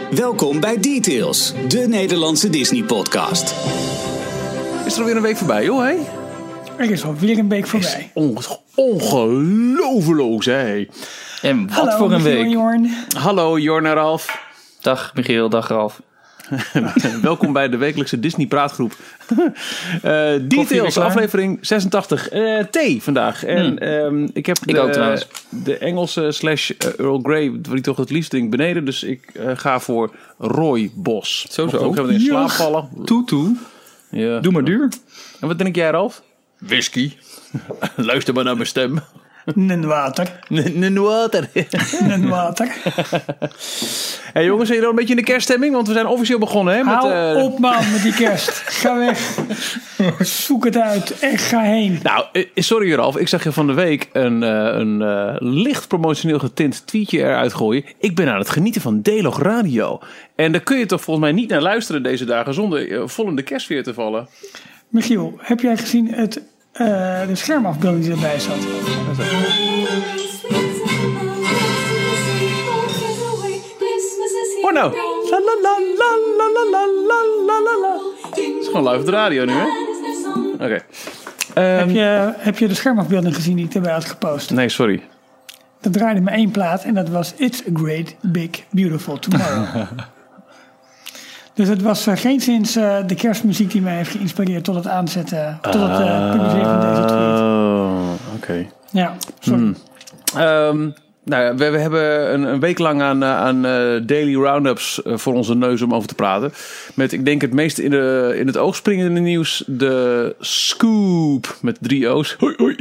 Welkom bij Details, de Nederlandse Disney-podcast. Is er alweer een week voorbij, joh, hé? Er is alweer een week voorbij. Ongelooflijk, hé. En wat Hallo, voor een Michiel week. en Jorn. Hallo, Jorn en Ralf. Dag Michiel, dag Ralf. Welkom bij de wekelijkse Disney-praatgroep. Details, aflevering 86. Thee vandaag. En ik heb de Engelse / Earl Grey, wat ik toch het liefst drink, beneden. Dus ik ga voor rooibos. Zo. Ik ga in slaap vallen. Toe. Ja. Doe maar duur. En wat denk jij, Ralf? Whisky. Luister maar naar mijn stem. Nen water. Nen water. Nen water. Hey jongens, zijn jullie al een beetje in de kerststemming? Want we zijn officieel begonnen, hè? Hou op man met die kerst. Ga weg. Zoek het uit en ga heen. Nou, sorry Ralf, ik zag je van de week een licht promotioneel getint tweetje eruit gooien. Ik ben aan het genieten van D-Log Radio. En daar kun je toch volgens mij niet naar luisteren deze dagen zonder vol in de kerstfeer te vallen. Michiel, heb jij gezien de schermafbeelding die erbij zat? Hoor nou. La la la la la la la la la. Het is gewoon live op de radio nu, hè? Oké. Heb je de schermafbeelding gezien die ik erbij had gepost? Nee, sorry. Dat draaide me één plaat en dat was It's a Great Big Beautiful Tomorrow. Dus het was geenszins de kerstmuziek die mij heeft geïnspireerd tot het aanzetten, tot het publiceren van deze tweet. Oh, oké. Ja, sorry. Nou ja, we hebben een week lang aan daily roundups voor onze neus om over te praten. Met, ik denk, het meest in het oog springende nieuws. De scoop met 3 O's. Hoi, hoi.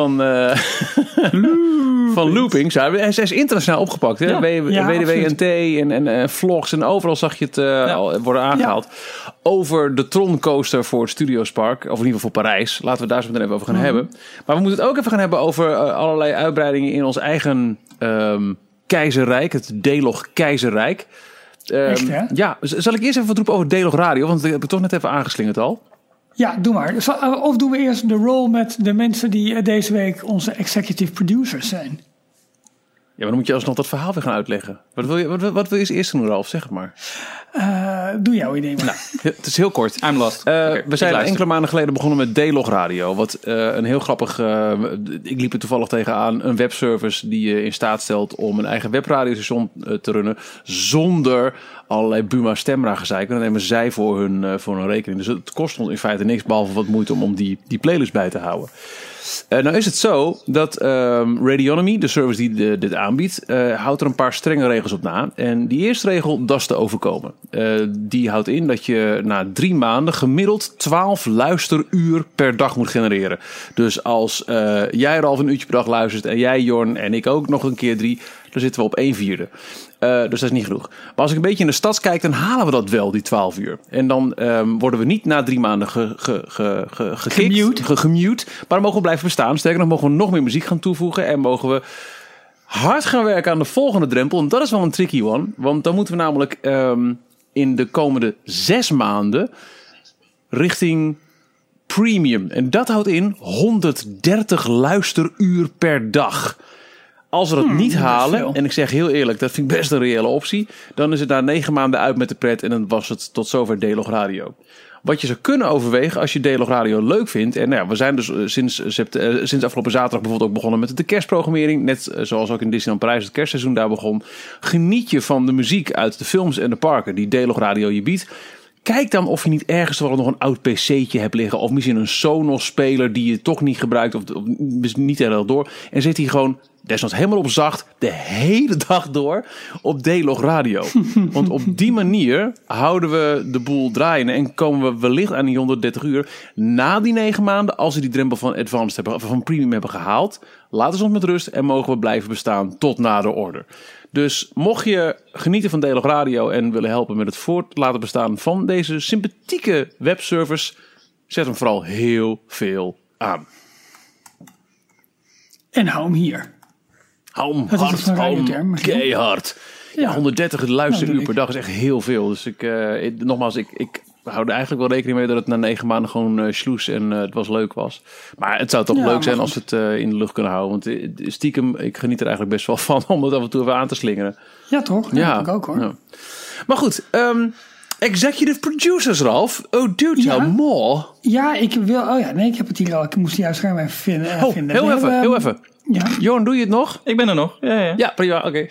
Van loopings. Ja, hij is internationaal opgepakt. Hè? WDWNT en vlogs. En overal zag je het worden aangehaald. Ja. Over de Tron coaster voor het Studiospark. Of in ieder geval voor Parijs. Laten we daar zo meteen even over gaan hebben. Maar we moeten het ook even gaan hebben over allerlei uitbreidingen in ons eigen keizerrijk. Het D-Log keizerrijk. Echt, hè? Ja, zal ik eerst even wat roepen over D-Log Radio? Want dat heb ik toch net even aangeslingerd al. Ja, doe maar. Of doen we eerst de rol met de mensen die deze week onze executive producers zijn? Ja, maar dan moet je alsnog dat verhaal weer gaan uitleggen. Wat wil je eerst doen, Ralf? Zeg het maar. Doe jouw idee maar. Nou, het is heel kort. I'm lost. We zijn enkele maanden geleden begonnen met D-Log Radio. Wat een heel grappig... ik liep er toevallig tegenaan. Een webservice die je in staat stelt om een eigen webradiostation te runnen. Zonder allerlei Buma Stemra gezeik. En dan nemen zij voor hun rekening. Dus het kost ons in feite niks behalve wat moeite om die playlist bij te houden. Nou is het zo dat Radionomy, de service die dit aanbiedt, houdt er een paar strenge regels op na. En die eerste regel, dat is te overkomen. Die houdt in dat je na 3 maanden gemiddeld 12 luisteruur per dag moet genereren. Dus als jij er al een uurtje per dag luistert en jij, Jorn, en ik ook nog een keer 3, dan zitten we op 1/4. Dus dat is niet genoeg. Maar als ik een beetje in de stads kijk, dan halen we dat wel, die 12 uur. En dan worden we niet na 3 maanden gemute. Maar dan mogen we blijven bestaan. Sterker nog, mogen we nog meer muziek gaan toevoegen. En mogen we hard gaan werken aan de volgende drempel. En dat is wel een tricky one. Want dan moeten we namelijk in de komende 6 maanden richting premium. En dat houdt in 130 luisteruur per dag. Als we dat niet halen, en ik zeg heel eerlijk, dat vind ik best een reële optie, dan is het na 9 maanden uit met de pret en dan was het tot zover D-Log Radio. Wat je zou kunnen overwegen als je D-Log Radio leuk vindt. En nou ja, we zijn dus sinds afgelopen zaterdag bijvoorbeeld ook begonnen met de kerstprogrammering. Net zoals ook in Disneyland Parijs het kerstseizoen daar begon. Geniet je van de muziek uit de films en de parken die D-Log Radio je biedt. Kijk dan of je niet ergens wel nog een oud pc'tje hebt liggen. Of misschien een Sonos-speler die je toch niet gebruikt. Of niet heel door. En zit hier gewoon desnoods helemaal op zacht de hele dag door op D-Log Radio. Want op die manier houden we de boel draaiende. En komen we wellicht aan die 130 uur. Na die 9 maanden, als we die drempel van Advanced hebben, of van Premium hebben gehaald. Laten ze ons met rust en mogen we blijven bestaan tot na de order. Dus mocht je genieten van D-Log Radio en willen helpen met het voort laten bestaan van deze sympathieke webservice, zet hem vooral heel veel aan. En hou hem hier. Hou hem hard, hou hem keihard. Ja, 130 luisteruur per dag is echt heel veel. Dus ik hou er eigenlijk wel rekening mee dat het na 9 maanden gewoon sloes en het was leuk was. Maar het zou toch leuk zijn als we het in de lucht kunnen houden. Want stiekem, ik geniet er eigenlijk best wel van om het af en toe even aan te slingeren. Ja toch? Ja, ik ook hoor. Ja. Maar goed, executive producers, Ralf. Oh, do tell more. Ja, ik heb het hier al. Ik moest jouw scherm even vinden. Heel even. Ja. Jorn, doe je het nog? Ik ben er nog. Ja, prima, oké.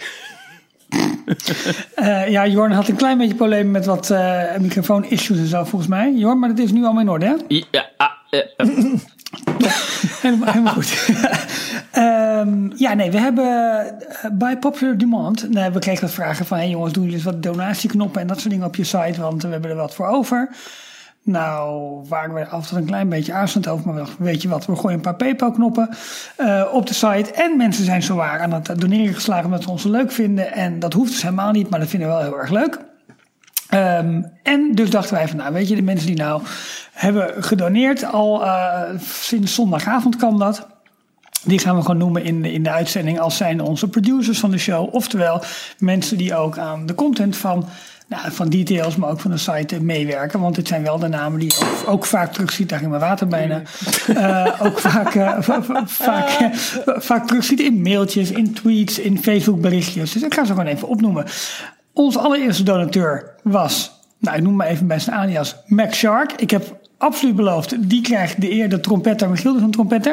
Jorn had een klein beetje problemen met wat microfoon-issues en zo, volgens mij. Jorn, maar dat is nu allemaal in orde, hè? Helemaal goed. We hebben by popular demand. We kregen wat vragen van: hey jongens, doen jullie eens wat donatieknoppen en dat soort dingen op je site, want we hebben er wat voor over. Nou, waren we af en toe een klein beetje aarzelend over, maar weet je wat, we gooien een paar PayPal-knoppen op de site. En mensen zijn zowaar aan het doneren geslagen omdat ze ons leuk vinden. En dat hoeft dus helemaal niet, maar dat vinden we wel heel erg leuk. En dus dachten wij van, weet je, de mensen die nou hebben gedoneerd, al sinds zondagavond kan dat. Die gaan we gewoon noemen in de uitzending als zijn onze producers van de show. Oftewel mensen die ook aan de content van Details, maar ook van de site meewerken. Want dit zijn wel de namen die je ook vaak terugziet. Daar ging mijn water bijna. Ook vaak terugziet in mailtjes, in tweets, in Facebook berichtjes. Dus ik ga ze gewoon even opnoemen. Onze allereerste donateur was, ik noem maar even bij zijn alias, Max Shark. Ik heb absoluut beloofd, die krijgt de eer, de trompetter. Michiel, dus een trompetter.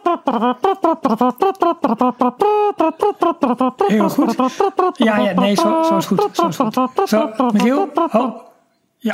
Heel goed. Ja, nee, zo is goed. Zo, Michiel. Oh. Ja.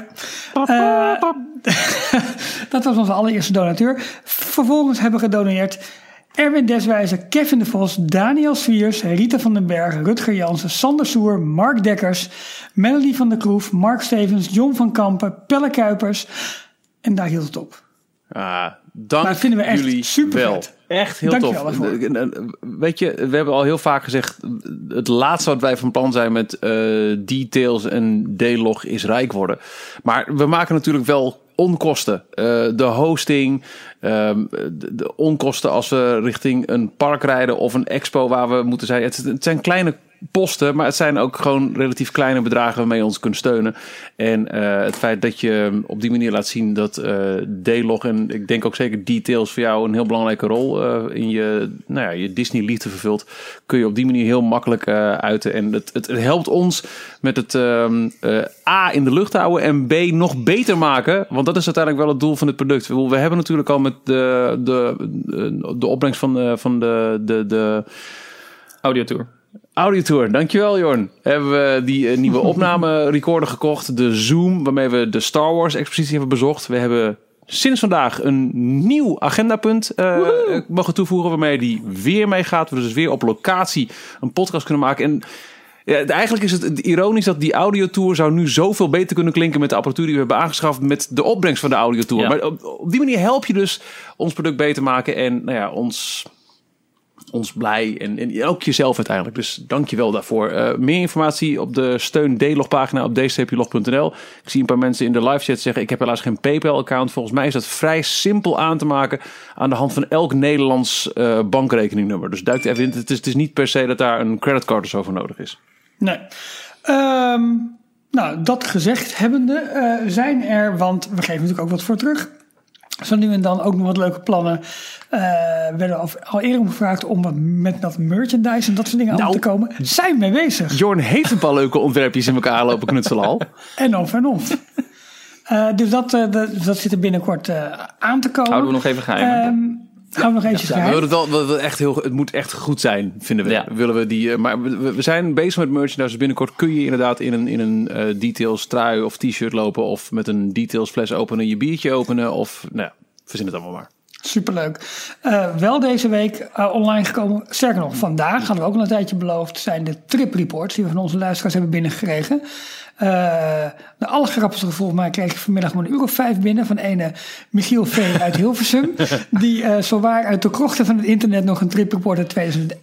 Dat was onze allereerste donateur. Vervolgens hebben we gedoneerd Erwin Deswijzer, Kevin de Vos, Daniel Swiers, Rita van den Berg, Rutger Jansen, Sander Soer, Mark Dekkers, Melody van der Kroef, Mark Stevens, John van Kampen, Pelle Kuipers. En daar hield het op. Dank maar vinden we echt jullie super wel. vet. Echt heel tof. Weet je, we hebben al heel vaak gezegd, het laatste wat wij van plan zijn met Details en D-Log is rijk worden. Maar we maken natuurlijk wel onkosten. De hosting, de onkosten als we richting een park rijden of een expo waar we moeten zijn. Het zijn kleine posten, maar het zijn ook gewoon relatief kleine bedragen waarmee je ons kunt steunen. En het feit dat je op die manier laat zien dat D-Log en ik denk ook zeker Details voor jou een heel belangrijke rol in je Disney-liefde vervult, kun je op die manier heel makkelijk uiten. En het helpt ons met het A in de lucht houden en B nog beter maken, want dat is uiteindelijk wel het doel van het product. We hebben natuurlijk al met de opbrengst van de Audiotour, dankjewel Jorn. Hebben we die nieuwe opname-recorder gekocht. De Zoom, waarmee we de Star Wars expositie hebben bezocht. We hebben sinds vandaag een nieuw agendapunt mogen toevoegen, waarmee die weer meegaat. We dus weer op locatie een podcast kunnen maken. En eigenlijk is het ironisch dat die Audiotour zou nu zoveel beter kunnen klinken met de apparatuur die we hebben aangeschaft met de opbrengst van de Audiotour. Ja. Maar op die manier help je dus ons product beter maken en ons blij en ook jezelf uiteindelijk. Dus dank je wel daarvoor. Meer informatie op de Steun D-Log pagina op d-log.nl. Ik zie een paar mensen in de live chat zeggen, ik heb helaas geen PayPal-account. Volgens mij is dat vrij simpel aan te maken aan de hand van elk Nederlands bankrekeningnummer. Dus duik even in. Het is niet per se dat daar een creditcard of zo voor nodig is. Nee. Dat gezegd hebbende zijn er, want we geven natuurlijk ook wat voor terug. Zo nu en dan ook nog wat leuke plannen. Werden al eerder om gevraagd om wat met dat merchandise en dat soort dingen aan te komen. Zijn we mee bezig. Jorn heeft een paar leuke ontwerpjes in elkaar lopen knutselen al. En of. Dus dat zit er binnenkort aan te komen. Houden we nog even geheim. Gaan we nog eventjes we willen het echt het moet echt goed zijn, vinden we. Ja. Willen we die, maar we zijn bezig met merchandise. Dus binnenkort kun je inderdaad in een Details trui of t-shirt lopen of met een Details fles openen, je biertje openen of verzin het allemaal maar. Superleuk. Wel deze week online gekomen. Sterker nog, vandaag hadden we ook al een tijdje beloofd, zijn de trip reports die we van onze luisteraars hebben binnengekregen. De allergrappigste volgens mij kreeg ik vanmiddag maar 1 uur of 5 binnen van ene Michiel V. uit Hilversum. Die zowaar uit de krochten van het internet nog een tripreport uit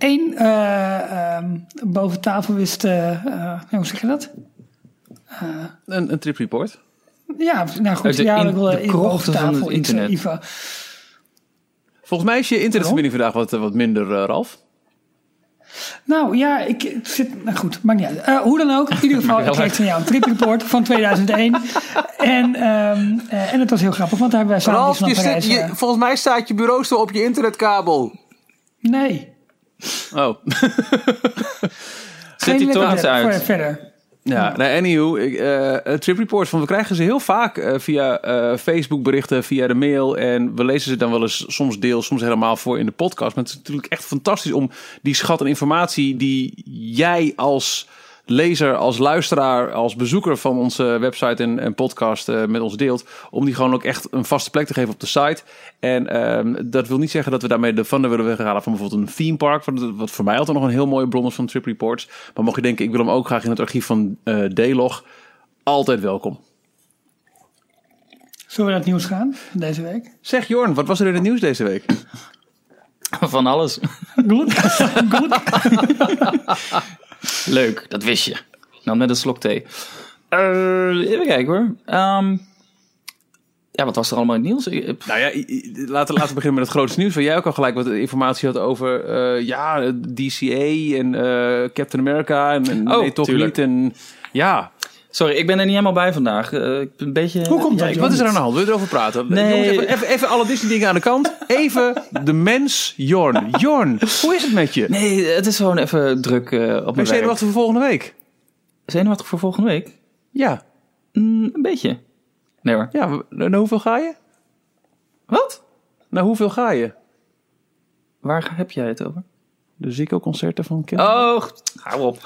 2001 boven tafel wist. Hoe zeg je dat? Een tripreport? Ja, nou goed. De krochten van het internet. Iva. Volgens mij is je internetverbinding vandaag wat minder, Ralf. Nou ja, ik zit... Nou goed, maakt niet uit. Hoe dan ook, in ieder geval, ik kreeg van jou een tripreport van 2001. En het was heel grappig, want daar hebben wij samen... Ralf, volgens mij staat je bureaustoel op je internetkabel. Nee. Oh. Zet die toch eens uit. Verder. Ja, nou, anywho, Trip Reports, we krijgen ze heel vaak via Facebook berichten, via de mail. En we lezen ze dan wel eens soms deels, soms helemaal voor in de podcast. Maar het is natuurlijk echt fantastisch om die schat en informatie die jij als lezer, als luisteraar, als bezoeker van onze website en podcast met ons deelt, om die gewoon ook echt een vaste plek te geven op de site. En dat wil niet zeggen dat we daarmee de funder willen weghalen van bijvoorbeeld een theme park, wat voor mij altijd nog een heel mooie bron is van Trip Reports. Maar mocht je denken, ik wil hem ook graag in het archief van D-Log, altijd welkom. Zullen we naar het nieuws gaan deze week? Zeg Jorn, wat was er in het nieuws deze week? Van alles. Goed. Leuk, dat wist je. Nou, met een slok thee. Even kijken hoor. Ja, wat was er allemaal in het nieuws? Nou ja, laten we beginnen met het grootste nieuws. Waar jij ook al gelijk wat informatie had over DCA en Captain America. En nee, toch tuurlijk. niet. En ja. Sorry, ik ben er niet helemaal bij vandaag. Ik ben een beetje... Hoe komt dat? Wat is er aan de hand? Wil je erover praten? Nee. Jongens, even alle Disney dingen aan de kant. Even de mens Jorn. Jorn, hoe is het met je? Nee, het is gewoon even druk op mijn Ben je werk. zenuwachtig voor volgende week? Zenuwachtig voor volgende week? Ja. Een beetje. Nee hoor. Ja, naar hoeveel ga je? Wat? Naar hoeveel ga je? Waar heb jij het over? De Zico-concerten van kinderen? Oh, hou op.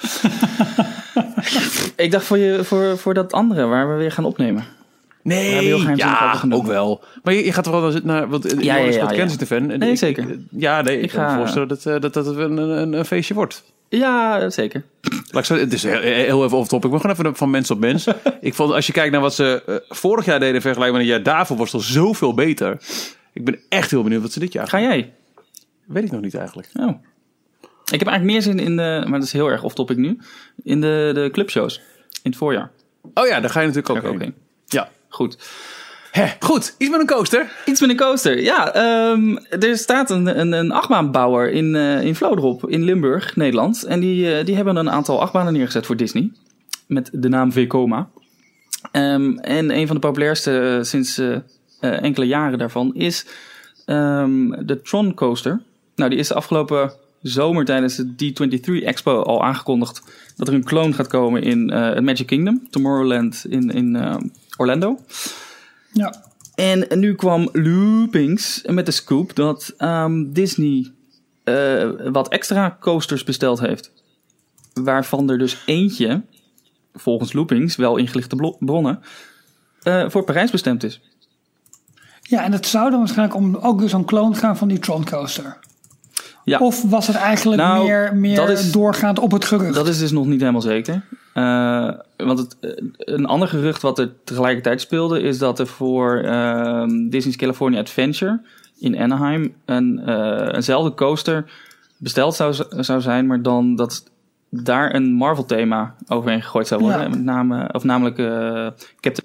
Ik dacht voor dat andere waar we weer gaan opnemen. Daar hebben we heel geheimzinnig over genomen. ook wel. Maar je gaat er wel naar... Want Jorn is wat Kensington-fan. Nee, zeker. Ik kan me voorstellen dat het een feestje wordt. Ja, zeker. Het is heel even off-topic. We gaan even van mens op mens. Ik vond, als je kijkt naar wat ze vorig jaar deden vergelijken met een jaar daarvoor, was het al zoveel beter. Ik ben echt heel benieuwd wat ze dit jaar Ga jij? Weet ik nog niet eigenlijk. Oh. Ik heb eigenlijk meer zin in de... Maar dat is heel erg off-topic nu. In de clubshows. In het voorjaar. Oh ja, daar ga je natuurlijk ook Ook heen. in. Ja. Goed. Goed, iets met een coaster. Iets met een coaster. Ja, er staat een achtbaanbouwer in Vlodrop in Limburg, Nederland. En die hebben een aantal achtbanen neergezet voor Disney. Met de naam Vekoma. En een van de populairste sinds enkele jaren daarvan is de Tron Coaster. Nou, die is de afgelopen zomer tijdens de D23 Expo al aangekondigd dat er een clone gaat komen in het Magic Kingdom. Tomorrowland in Orlando. Ja. En nu kwam Loopings met de scoop dat Disney wat extra coasters besteld heeft. Waarvan er dus eentje, volgens Loopings, wel ingelichte bronnen, voor Parijs bestemd is. Ja, en dat zou dan waarschijnlijk om ook weer zo'n clone gaan van die Tron Coaster. Ja. Of was het eigenlijk meer doorgaand op het gerucht? Dat is dus nog niet helemaal zeker. Want een ander gerucht wat er tegelijkertijd speelde is dat er voor Disney's California Adventure in Anaheim eenzelfde coaster besteld zou zijn, maar dan dat daar een Marvel thema overheen gegooid zou worden. Ja. Namelijk Captain.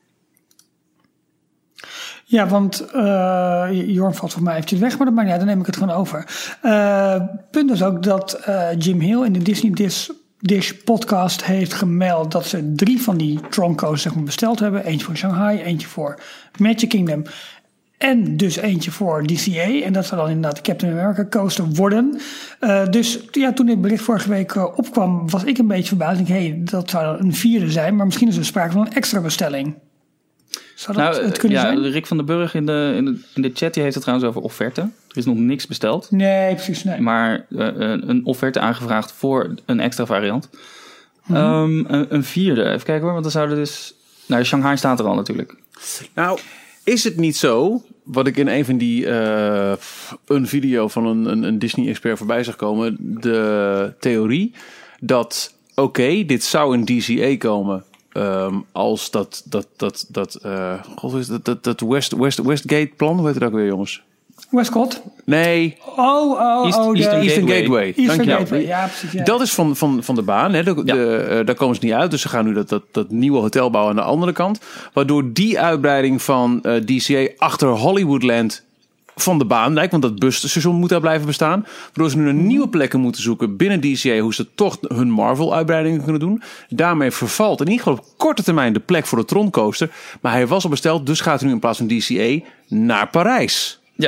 Ja, want Jorn valt voor mij eventjes weg, maar dan neem ik het gewoon over. Punt is ook dat Jim Hill in de Disney Dish podcast heeft gemeld dat ze 3 van die Tron coasters besteld hebben. Eentje voor Shanghai, eentje voor Magic Kingdom en dus eentje voor DCA. En dat zou dan inderdaad de Captain America coaster worden. Dus ja, toen dit bericht vorige week opkwam, was ik een beetje verbaasd. Ik denk, dat zou dan een 4e zijn, maar misschien is er sprake van een extra bestelling. Zou dat het kunnen zijn? Rick van den Burg in de chat die heeft het trouwens over offerte. Er is nog niks besteld. Nee, precies. Nee. Maar een offerte aangevraagd voor een extra variant. Een 4e. Even kijken hoor, want dan zouden dus... Nou, Shanghai staat er al natuurlijk. Nou, is het niet zo, wat ik in een van die... een video van een Disney-expert voorbij zag komen, de theorie dat, dit zou in DCA komen... als dat Westgate plan, hoe heet het ook weer, jongens? Westcott? Nee. Eastern Gateway. Eastern Gateway, ja precies. Ja. Dat is van de baan. Hè. Daar komen ze niet uit. Dus ze gaan nu dat nieuwe hotel bouwen aan de andere kant. Waardoor die uitbreiding van DCA achter Hollywoodland van de baan lijkt. Want dat busstation moet daar blijven bestaan. Waardoor ze nu naar nieuwe plekken moeten zoeken binnen DCA. Hoe ze toch hun Marvel-uitbreidingen kunnen doen. Daarmee vervalt in ieder geval op korte termijn de plek voor de Tron Coaster. Maar hij was al besteld. Dus gaat hij nu in plaats van DCA naar Parijs. Ja.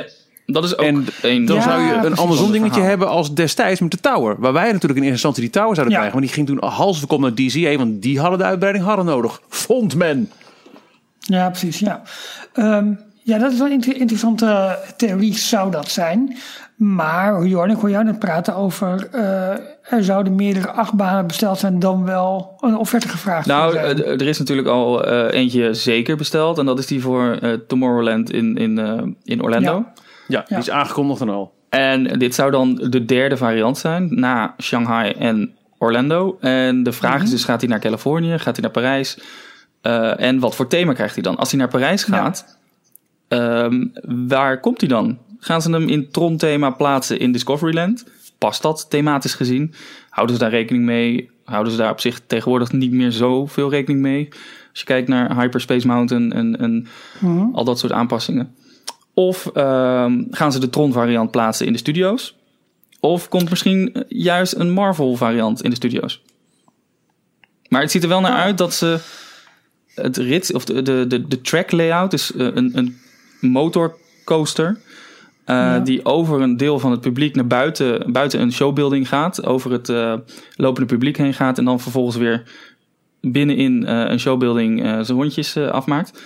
Dat is ook en dan zou je een andersom dingetje hebben als destijds met de Tower. Waar wij natuurlijk in eerste instantie die Tower zouden krijgen. Maar die ging toen halsverkom naar DCA. Want die hadden de uitbreiding nodig. Vond men. Ja, precies. Ja, dat is wel een interessante theorie zou dat zijn. Maar Jorn, ik hoor jou net praten over... er zouden meerdere achtbanen besteld zijn dan wel een offerte gevraagd. Nou, er is natuurlijk al eentje zeker besteld. En dat is die voor Tomorrowland in Orlando. Ja, die is aangekondigd en al. En dit zou dan de derde variant zijn na Shanghai en Orlando. En de vraag is dus, gaat hij naar Californië? Gaat hij naar Parijs? En wat voor thema krijgt hij dan? Als hij naar Parijs gaat, waar komt hij dan? Gaan ze hem in Tron-thema plaatsen in Discoveryland? Past dat thematisch gezien? Houden ze daar rekening mee? Houden ze daar op zich tegenwoordig niet meer zoveel rekening mee? Als je kijkt naar Hyperspace Mountain en al dat soort aanpassingen. Of gaan ze de Tron-variant plaatsen in de studio's? Of komt misschien juist een Marvel-variant in de studio's? Maar het ziet er wel naar uit dat ze het rit of de track layout is een motorcoaster die over een deel van het publiek naar buiten een showbuilding gaat, over het lopende publiek heen gaat en dan vervolgens weer binnenin een showbuilding zijn rondjes afmaakt.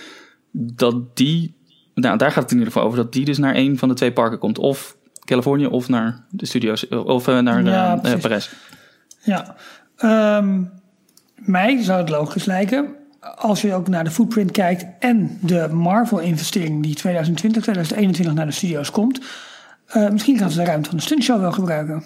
Daar gaat het in ieder geval over, dat die dus naar een van de twee parken komt. Of Californië of naar de studio's, of naar Parijs. Ja, mij zou het logisch lijken, als je ook naar de footprint kijkt en de Marvel-investering die 2020 naar de studio's komt. Misschien gaan ze de ruimte van de stuntshow wel gebruiken.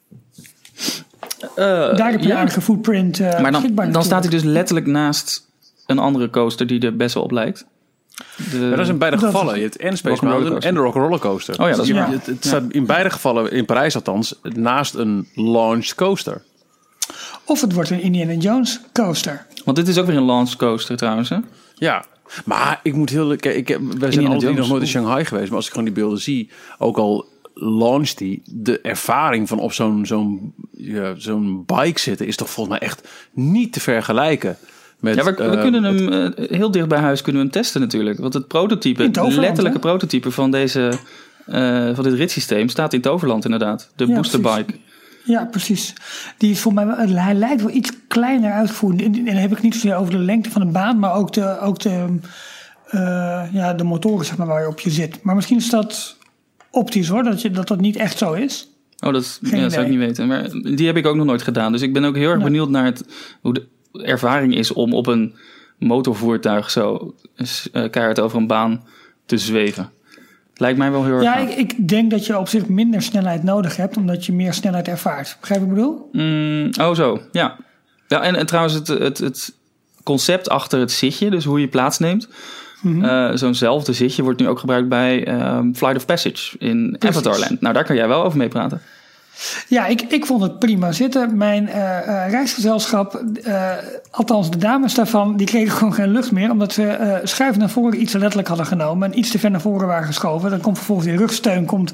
Daar heb je een aardige footprint maar dan staat hij dus letterlijk naast een andere coaster die er best wel op lijkt. Dat is in beide gevallen. Je hebt en Space Mountain en de Rock'n'Roller Coaster. Oh ja, dat is het staat in beide gevallen, in Parijs althans, naast een launch coaster. Of het wordt een Indiana Jones coaster. Want dit is ook weer een launch coaster trouwens, hè? Ja, maar ik moet wij zijn alle drie nog nooit in Shanghai geweest. Maar als ik gewoon die beelden zie, ook al launcht die, de ervaring van op zo'n bike zitten is toch volgens mij echt niet te vergelijken. We kunnen hem heel dicht bij huis kunnen we hem testen natuurlijk. Want het prototype, het letterlijke prototype van dit ritssysteem staat in Toverland inderdaad. De boosterbike. Ja, precies. Die is voor mij, hij lijkt wel iets kleiner uitgevoerd. En dan heb ik niet zozeer over de lengte van de baan, maar ook de motoren zeg maar, waarop je zit. Maar misschien is dat optisch hoor, dat niet echt zo is. Oh, dat zou ik niet weten. Maar die heb ik ook nog nooit gedaan. Dus ik ben ook heel erg benieuwd naar hoe de ervaring is om op een motorvoertuig zo keihard over een baan te zweven. Lijkt mij wel heel erg gaaf. Ik denk dat je op zich minder snelheid nodig hebt, omdat je meer snelheid ervaart. Begrijp je wat ik bedoel? Zo, ja. Ja, en trouwens het concept achter het zitje, dus hoe je plaatsneemt. Zo'nzelfde zitje wordt nu ook gebruikt bij Flight of Passage in Avatarland. Nou, daar kan jij wel over meepraten. Ja, ik vond het prima zitten. Mijn reisgezelschap, althans de dames daarvan, die kregen gewoon geen lucht meer. Omdat ze schuiven naar voren iets te letterlijk hadden genomen. En iets te ver naar voren waren geschoven. Dan komt vervolgens die rugsteun,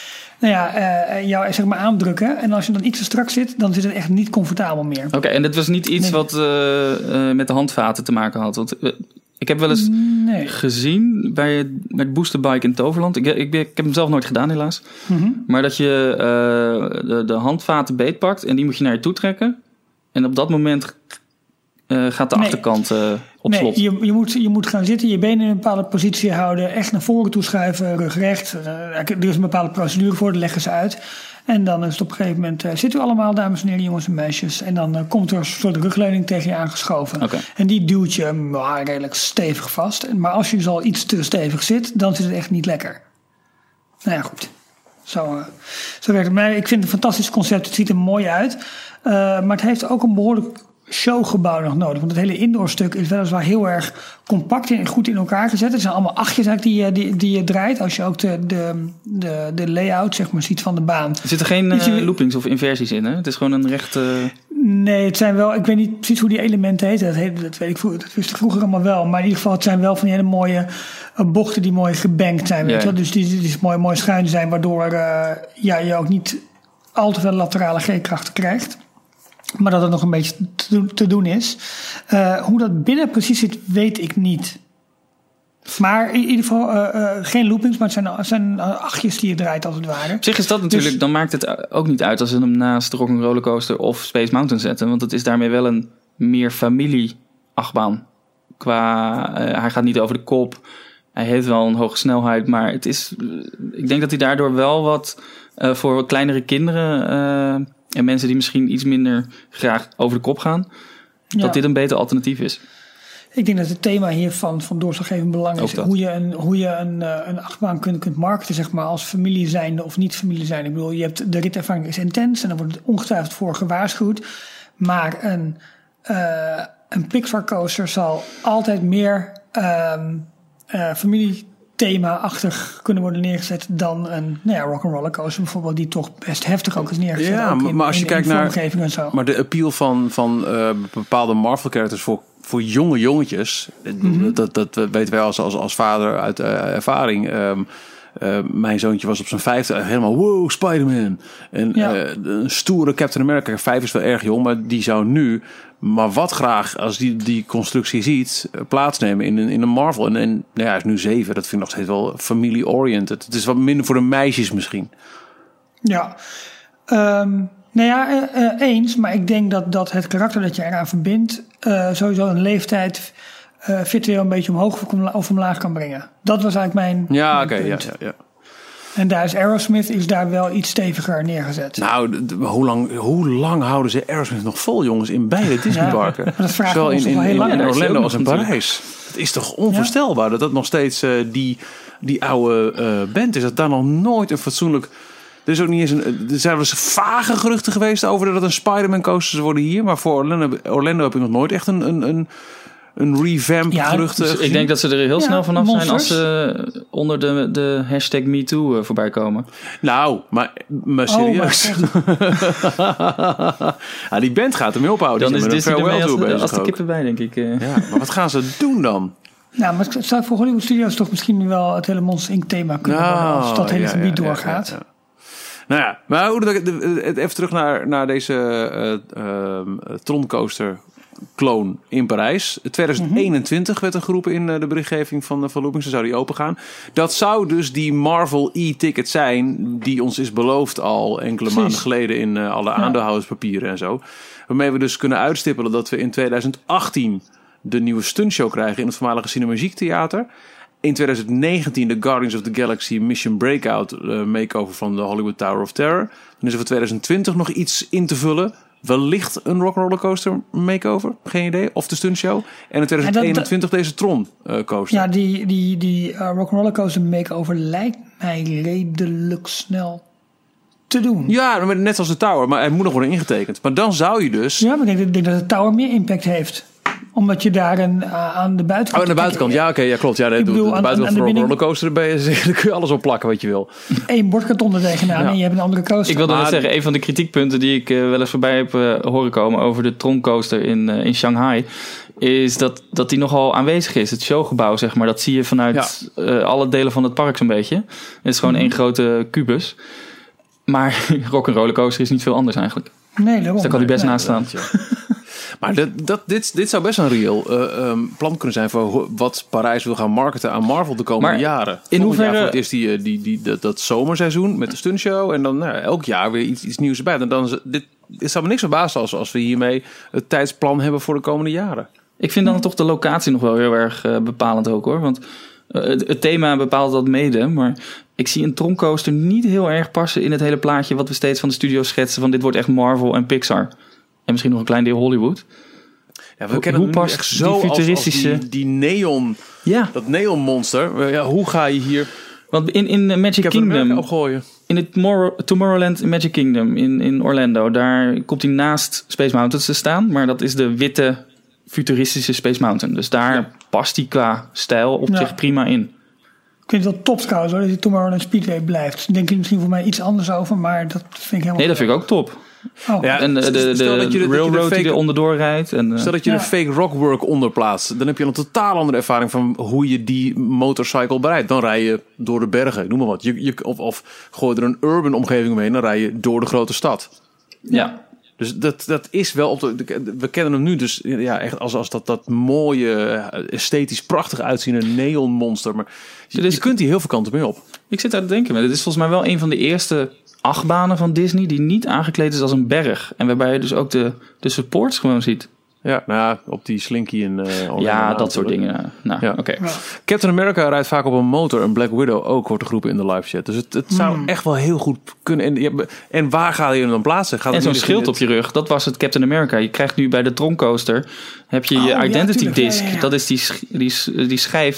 jou zeg maar aandrukken. En als je dan iets te strak zit, dan zit het echt niet comfortabel meer. Oké, en dit was niet iets wat met de handvaten te maken had. Want ik heb wel eens gezien bij het boosterbike in Toverland. Ik heb hem zelf nooit gedaan helaas. Maar dat je de handvaten beetpakt en die moet je naar je toe trekken. En op dat moment gaat de achterkant op slot. Je moet gaan zitten, je benen in een bepaalde positie houden. Echt naar voren toe schuiven, rug recht. Er is een bepaalde procedure voor, dat leggen ze uit. En dan is het op een gegeven moment, zitten we allemaal, dames en heren, jongens en meisjes. En dan komt er een soort rugleuning tegen je aangeschoven. Okay. En die duwt je redelijk stevig vast. Maar als je dus al iets te stevig zit, dan zit het echt niet lekker. Nou ja, goed. Zo werkt het. Maar ik vind het een fantastisch concept. Het ziet er mooi uit. Maar het heeft ook een behoorlijk showgebouw nog nodig. Want het hele indoorstuk is weliswaar heel erg compact en goed in elkaar gezet. Het zijn allemaal achtjes die je draait. Als je ook de layout zeg maar, ziet van de baan. Er zitten geen loopings of inversies in, hè? Het is gewoon een rechte... Nee, het zijn wel... Ik weet niet precies hoe die elementen heten. Dat weet ik dat wist ik vroeger allemaal wel. Maar in ieder geval, het zijn wel van die hele mooie bochten die mooi gebankt zijn. Weet je wel? Dus die mooi schuin zijn, waardoor je ook niet al te veel laterale G-krachten krijgt. Maar dat het nog een beetje te doen is. Hoe dat binnen precies zit, weet ik niet. Maar in ieder geval geen loopings, maar het zijn achtjes die je draait als het ware. Op zich is dat natuurlijk, dan maakt het ook niet uit als ze hem naast de Rock'n'Roller Coaster of Space Mountain zetten. Want het is daarmee wel een meer familie-achtbaan. Hij gaat niet over de kop. Hij heeft wel een hoge snelheid, maar ik denk dat hij daardoor wel wat voor kleinere kinderen en mensen die misschien iets minder graag over de kop gaan, dat dit een beter alternatief is. Ik denk dat het thema hiervan van doorslaggevend belang is. Hoe je een achtbaan kunt marketen, zeg maar, als familie zijnde of niet familie zijnde. Ik bedoel, je hebt de ritervaring is intens en daar wordt het ongetwijfeld voor gewaarschuwd. Maar een Pixar coaster zal altijd meer familiethema-achtig kunnen worden neergezet dan een rock'n'roller coaster bijvoorbeeld, die toch best heftig ook is neergezet. Ja, maar als je kijkt naar en zo. Maar de appeal van bepaalde Marvel-characters voor jonge jongetjes, dat weten wij als vader uit ervaring. Mijn zoontje was op zijn 5e helemaal wow, Spider-Man. En een stoere Captain America. 5 is wel erg jong, maar die zou nu maar wat graag, als die constructie ziet, plaatsnemen in een Marvel. En hij is nu 7. Dat vind ik nog steeds wel familie-oriented. Het is wat minder voor de meisjes misschien. Ja. Eens. Maar ik denk dat het karakter dat je eraan verbindt sowieso een leeftijd virtueel een beetje omhoog of omlaag kan brengen. Dat was eigenlijk mijn punt. Ja. En daar is Aerosmith daar wel iets steviger neergezet. Nou, hoe lang houden ze Aerosmith nog vol, jongens, in beide Disneyparken? Dat vragen we ons al heel lang. In Orlando als in Parijs. Het is toch onvoorstelbaar dat nog steeds die oude band is. Dat daar nog nooit een fatsoenlijk... Er is ook niet eens er zijn wel eens vage geruchten geweest over dat een Spider-Man coasters worden hier. Maar voor Orlando heb ik nog nooit echt een revamp geruchten gezien. Ik denk dat ze er heel snel vanaf zijn als ze onder de hashtag MeToo voorbij komen. Nou, maar serieus. Die band gaat ermee ophouden. Dan is Disney ermee als de kippen bij, denk ik. Ja, maar wat gaan ze doen dan? Nou, maar het zou voor Hollywood Studios toch misschien wel het hele Monster Inc. thema kunnen worden als dat hele gebied doorgaat. Ja. Nou ja, maar even terug naar deze Troncoaster clone in Parijs. 2021 werd er geroepen in de berichtgeving van Loopings. Dan zou die open gaan. Dat zou dus die Marvel e-ticket zijn die ons is beloofd al enkele maanden geleden in alle aandeelhouderspapieren en zo. Waarmee we dus kunnen uitstippelen dat we in 2018 de nieuwe stuntshow krijgen in het voormalige Cinemagique Theater. In 2019 de Guardians of the Galaxy Mission Breakout makeover van de Hollywood Tower of Terror. Dan is er voor 2020 nog iets in te vullen. Wellicht een Rock'n'Roller Coaster makeover. Geen idee. Of de stuntshow. En in 2021 deze Tron coaster. Ja, die Rock'n'Roller Coaster makeover lijkt mij redelijk snel te doen. Ja, net als de Tower. Maar hij moet nog worden ingetekend. Maar dan zou je dus... Ja, maar ik denk dat de Tower meer impact heeft. Omdat je daar aan de buitenkant... aan de buitenkant. Ja, oké. Ja, klopt. Ja, de buitenkant van een rollercoaster, daar kun je alles op plakken wat je wil. 1 bordkarton er tegenaan en je hebt een andere coaster. Ik wilde net zeggen, een van de kritiekpunten die ik wel eens voorbij heb horen komen over de Tron coaster in Shanghai, is dat die nogal aanwezig is. Het showgebouw, zeg maar. Dat zie je vanuit alle delen van het park zo'n beetje. Het is gewoon één grote kubus. Maar Rock'n'Roller Coaster is niet veel anders eigenlijk. Nee, daarom. Dus daar kan hij best naast staan. Maar dit zou best een reëel plan kunnen zijn voor wat Parijs wil gaan marketen aan Marvel de komende jaren. In hoeverre... Jaar voor het eerst dat zomerseizoen met de stuntshow en dan elk jaar weer iets nieuws erbij. En dan dit zou me niks verbazen als we hiermee het tijdsplan hebben voor de komende jaren. Ik vind dan toch de locatie nog wel heel erg bepalend ook, hoor. Want het thema bepaalt dat mede, maar ik zie een Troncoaster niet heel erg passen in het hele plaatje wat we steeds van de studio schetsen van dit wordt echt Marvel en Pixar. En misschien nog een klein deel Hollywood. Ja, we kennen het echt zo die futuristische... Als die neon, dat neonmonster. Ja, hoe ga je hier... Want in Magic Kingdom... opgooien. In het Tomorrowland Magic Kingdom in Orlando, daar komt hij naast Space Mountain te staan. Maar dat is de witte futuristische Space Mountain. Dus daar past hij qua stijl op zich prima in. Ik vind het wel top trouwens hoor, dat die Tomorrowland Speedway blijft. Denk je misschien voor mij iets anders over, maar dat vind ik helemaal... Nee, dat vind ik ook top. Oh. Ja, en de railroad die er onderdoor rijdt. Stel dat je een fake rockwork onderplaatst. Dan heb je een totaal andere ervaring van hoe je die motorcycle bereidt. Dan rij je door de bergen, noem maar wat. Of gooi er een urban omgeving omheen, dan rij je door de grote stad. Ja. Dus dat is wel we kennen hem nu dus echt als dat mooie, esthetisch prachtig uitziende neonmonster. Maar je kunt hier heel veel kanten mee op. Ik zit daar te denken, maar dit is volgens mij wel een van de eerste achtbanen van Disney die niet aangekleed is als een berg. En waarbij je dus ook de supports gewoon ziet. Ja, op die Slinky en... dat soort dingen. Oké. Ja. Captain America rijdt vaak op een motor en Black Widow ook, wordt geroepen in de live chat. Dus het zou echt wel heel goed kunnen. En waar ga je hem dan plaatsen? En zo'n schild op je rug, dat was het Captain America. Je krijgt nu bij de Troncoaster, heb je je Identity Disc. Ja. Dat is die schijf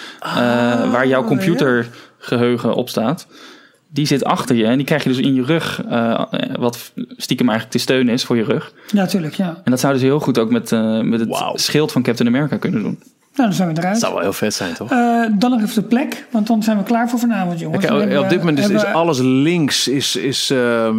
waar jouw computergeheugen op staat. Die zit achter je en die krijg je dus in je rug, wat stiekem eigenlijk de steun is voor je rug. Natuurlijk, ja. En dat zouden ze heel goed ook met het schild van Captain America kunnen doen. Nou, dan zijn we eruit. Dat zou wel heel vet zijn, toch? Dan nog even de plek, want dan zijn we klaar voor vanavond, jongens. Kijk, op dit moment is alles links is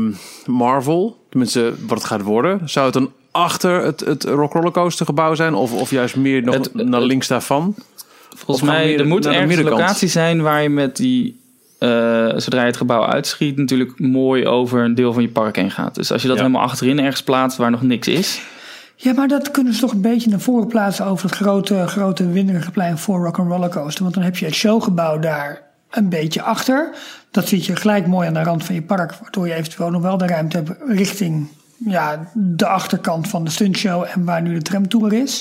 Marvel. Tenminste, wat het gaat worden. Zou het dan achter het Rock Rollercoaster gebouw zijn? Of juist meer nog naar links daarvan? Volgens mij, er moet ergens een locatie zijn waar je met die... zodra je het gebouw uitschiet, natuurlijk mooi over een deel van je park heen gaat. Dus als je dat helemaal achterin ergens plaatst waar nog niks is. Ja, maar dat kunnen ze toch een beetje naar voren plaatsen over het grote winderige plein voor Rock'n'Roller Coaster. Want dan heb je het showgebouw daar een beetje achter. Dat zit je gelijk mooi aan de rand van je park, waardoor je eventueel nog wel de ruimte hebt richting de achterkant van de stuntshow en waar nu de tramtour is.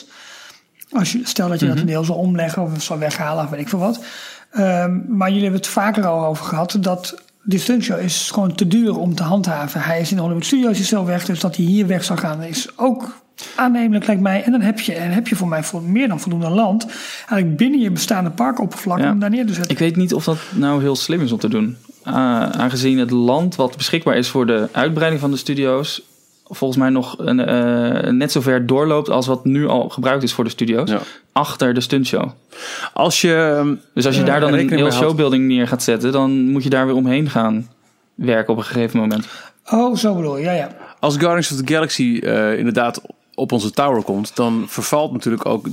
Stel dat je dat een deel zal omleggen of zal weghalen of weet ik veel wat. Maar jullie hebben het vaker al over gehad dat die stuntshow is gewoon te duur om te handhaven. Hij is in de Hollywood Studios is zo weg, dus dat hij hier weg zou gaan is ook aannemelijk, lijkt mij. En dan heb je voor mij meer dan voldoende land eigenlijk binnen je bestaande parkoppervlak om daar neer te zetten. Ik weet niet of dat nou heel slim is om te doen. Aangezien het land wat beschikbaar is voor de uitbreiding van de studio's volgens mij nog net zo ver doorloopt als wat nu al gebruikt is voor de studio's. Ja. Achter de stuntshow. Dus als je daar dan een heel showbuilding neer gaat zetten, dan moet je daar weer omheen gaan werken op een gegeven moment. Oh, zo bedoel je, ja. Als Guardians of the Galaxy inderdaad op onze tower komt, dan vervalt natuurlijk ook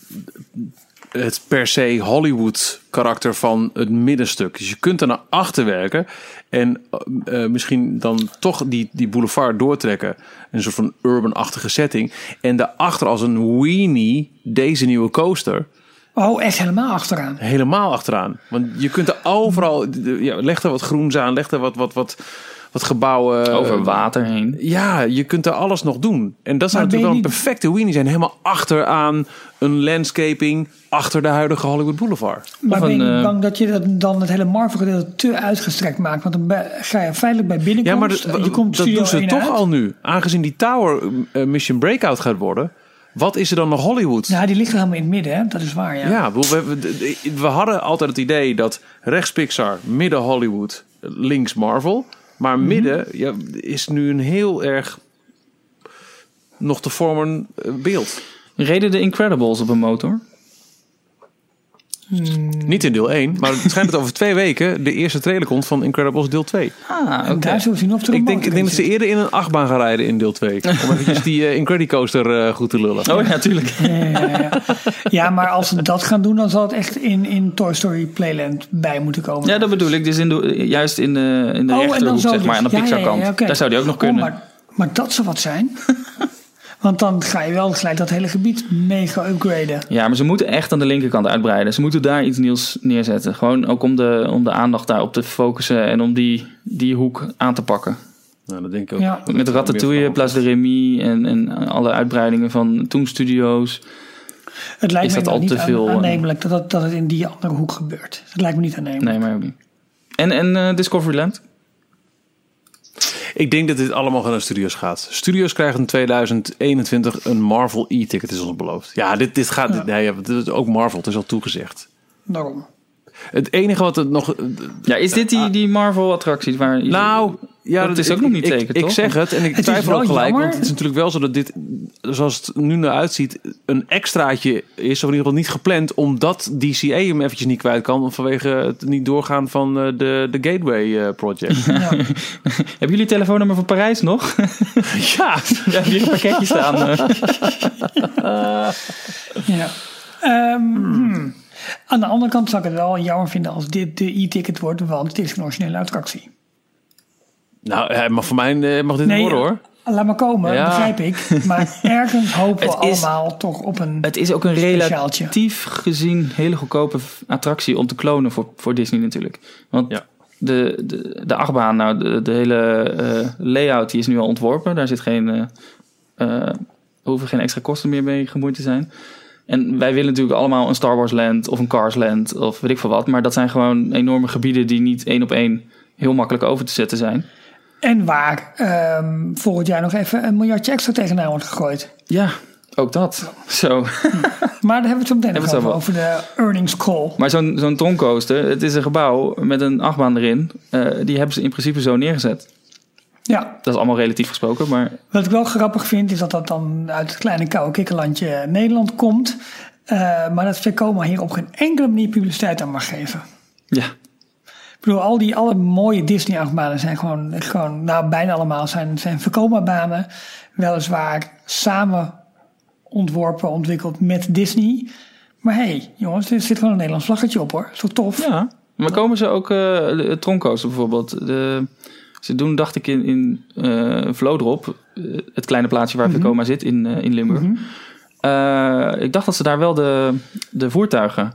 het per se Hollywood karakter van het middenstuk. Dus je kunt er naar achter werken en misschien dan toch die boulevard doortrekken. Een soort van urban-achtige setting. En daarachter als een weenie deze nieuwe coaster. Oh, echt helemaal achteraan? Helemaal achteraan. Want je kunt er overal... leg er wat groens aan, leg er wat gebouwen... Over water heen. Ja, je kunt er alles nog doen. En dat zou natuurlijk wel een perfecte weenie zijn. Helemaal achteraan een landscaping achter de huidige Hollywood Boulevard. Maar ben je bang dat je dan het hele Marvel-gedeelte te uitgestrekt maakt? Want dan ga je feitelijk bij binnenkomst... Ja, maar dat doen ze toch al nu. Aangezien die tower Mission Breakout gaat worden... Wat is er dan nog Hollywood? Ja, die ligt er helemaal in het midden, hè? Dat is waar, ja. Ja, we hadden altijd het idee dat rechts Pixar, midden Hollywood, links Marvel... Maar midden is nu een heel erg nog te vormen beeld. Reden de Incredibles op een motor? Niet in deel 1, maar het schijnt dat over 2 weken de eerste trailer komt van Incredibles deel 2. En daar zullen we zien of er ik denk dat ze eerder in een achtbaan gaan rijden in deel 2. Om eventjes die Incredicoaster goed te lullen. Oh ja, natuurlijk. Ja, maar als ze dat gaan doen, dan zal het echt in Toy Story Playland bij moeten komen. Ja, dat bedoel ik. Dus juist in de rechterhoek, zeg maar, aan de Pixar-kant. Okay. Daar zou die ook nog kunnen. Maar dat zou wat zijn. Want dan ga je wel gelijk dat hele gebied mega upgraden. Ja, maar ze moeten echt aan de linkerkant uitbreiden. Ze moeten daar iets nieuws neerzetten. Gewoon ook om de aandacht daarop te focussen en om die hoek aan te pakken. Nou, dat denk ik ook. Ja. Met Ratatouille, Place de Remy en alle uitbreidingen van Toon Studios. Het lijkt me niet aannemelijk dat het in die andere hoek gebeurt. Het lijkt me niet aannemelijk. Nee, maar ook niet. En Discoveryland? Ik denk dat dit allemaal naar Studios gaat. Studios krijgen in 2021 een Marvel e-ticket, is ons beloofd. Ja, dit gaat... Ja. Ook Marvel, het is al toegezegd. Daarom. Het enige wat het nog... Ja, is dit die Marvel-attractie? Dat is ook nog niet zeker, toch? Ik zeg het en ik twijfel ook gelijk. Want het is natuurlijk wel zo dat dit, zoals het nu naar uitziet, een extraatje is. Of in ieder geval niet gepland, omdat DCA hem eventjes niet kwijt kan. Vanwege het niet doorgaan van de Gateway Project. Ja. Hebben jullie telefoonnummer van Parijs nog? Ja. Heb je hier een pakketje staan? Ja. Aan de andere kant zou ik het wel jammer vinden als dit de e-ticket wordt, want het is een originele attractie. Nou, maar voor mij mag dit niet worden, hoor. laat maar komen, Ja. begrijp ik. Maar ergens hopen we Het is- allemaal toch op een... Het is ook een Speciaaltje. relatief gezien hele goedkope attractie om te klonen voor Disney natuurlijk. Want Ja. de achtbaan, nou, de hele layout die is nu al ontworpen. Daar zit hoeven geen extra kosten meer mee gemoeid te zijn. En wij willen natuurlijk allemaal een Star Wars Land of een Cars Land of weet ik veel wat. Maar dat zijn gewoon enorme gebieden die niet 1 op 1 heel makkelijk over te zetten zijn. En waar volgend jaar nog even $1 miljardje extra tegenaan wordt gegooid. Ja, ook dat. Zo. Maar daar hebben we het zo meteen Hebben nog we het over de earnings call. Maar zo'n troncoaster, het is een gebouw met een achtbaan erin. Die hebben ze in principe zo neergezet. Ja, Dat is allemaal relatief gesproken, maar wat ik wel grappig vind is dat dat dan uit het kleine koude kikkerlandje Nederland komt. Maar dat Vekoma hier op geen enkele manier publiciteit aan mag geven. ja. Ik bedoel, alle mooie Disney-achtbanen zijn gewoon nou bijna allemaal zijn Vekoma-banen. Weliswaar samen ontwikkeld met Disney. Maar hey, jongens, er zit gewoon een Nederlands vlaggetje op hoor. Is toch tof? Ja, maar komen ze ook, de troncoaster bijvoorbeeld. Ze doen, dacht ik, in Vlodrop, het kleine plaatsje waar Vekoma zit in Limburg. Ik dacht dat ze daar wel de voertuigen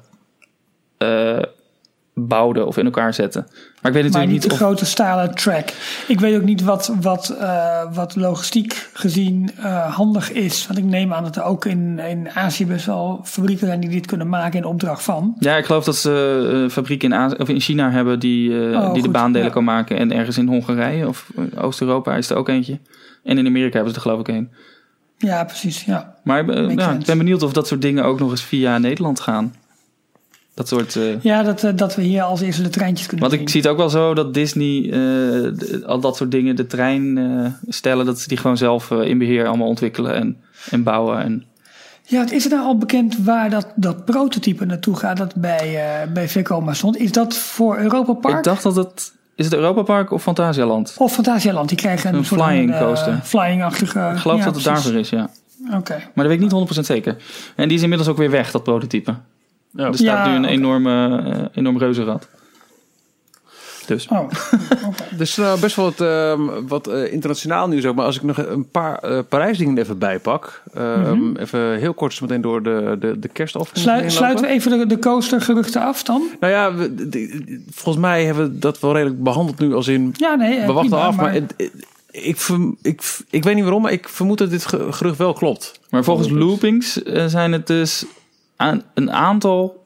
bouwden of in elkaar zetten. Maar ik weet Maar natuurlijk niet niet de of... grote stalen track. Ik weet ook niet wat logistiek gezien handig is. Want ik neem aan dat er ook in Azië best wel fabrieken zijn die dit kunnen maken in opdracht van. Ja, ik geloof dat ze fabrieken in China hebben die de goed, baandelen ja. kan maken. En ergens in Hongarije of Oost-Europa is er ook eentje. En in Amerika hebben ze er geloof ik een. Ja, precies. Ja. Maar ik sense. ben benieuwd of dat soort dingen ook nog eens via Nederland gaan. Dat soort... Ja, dat we hier als eerste de treintjes kunnen Want zien. ik zie het ook wel zo dat Disney al dat soort dingen, de trein stellen, dat ze die gewoon zelf in beheer allemaal ontwikkelen en bouwen. En... Ja, is het nou al bekend waar dat prototype naartoe gaat dat bij Vekoma stond? Is dat voor Europa Park? Ik dacht dat het... Is het Europa Park of Fantasialand? Of Fantasialand? Die krijgen Een soort flying van, coaster. Flying-achtige... Ik geloof ja, dat het precies. daarvoor is, ja. Oké. Maar dat weet ik niet 100% zeker. En die is inmiddels ook weer weg, dat prototype. Ja. Er staat Ja, nu een oké. enorm reuzenrad. Dus. Oh, oké. Dus best wel wat internationaal nieuws ook. Maar als ik nog een paar Parijs-dingen even bijpak. Even heel kort meteen door de kerstoffering Sluiten we even de coastergeruchten af dan? Nou ja, volgens mij hebben we dat wel redelijk behandeld nu als in... Ja, nee. we wachten prima, af, maar ik weet niet waarom, maar ik vermoed dat dit gerucht wel klopt. Maar volgens Loopings zijn het dus een aantal...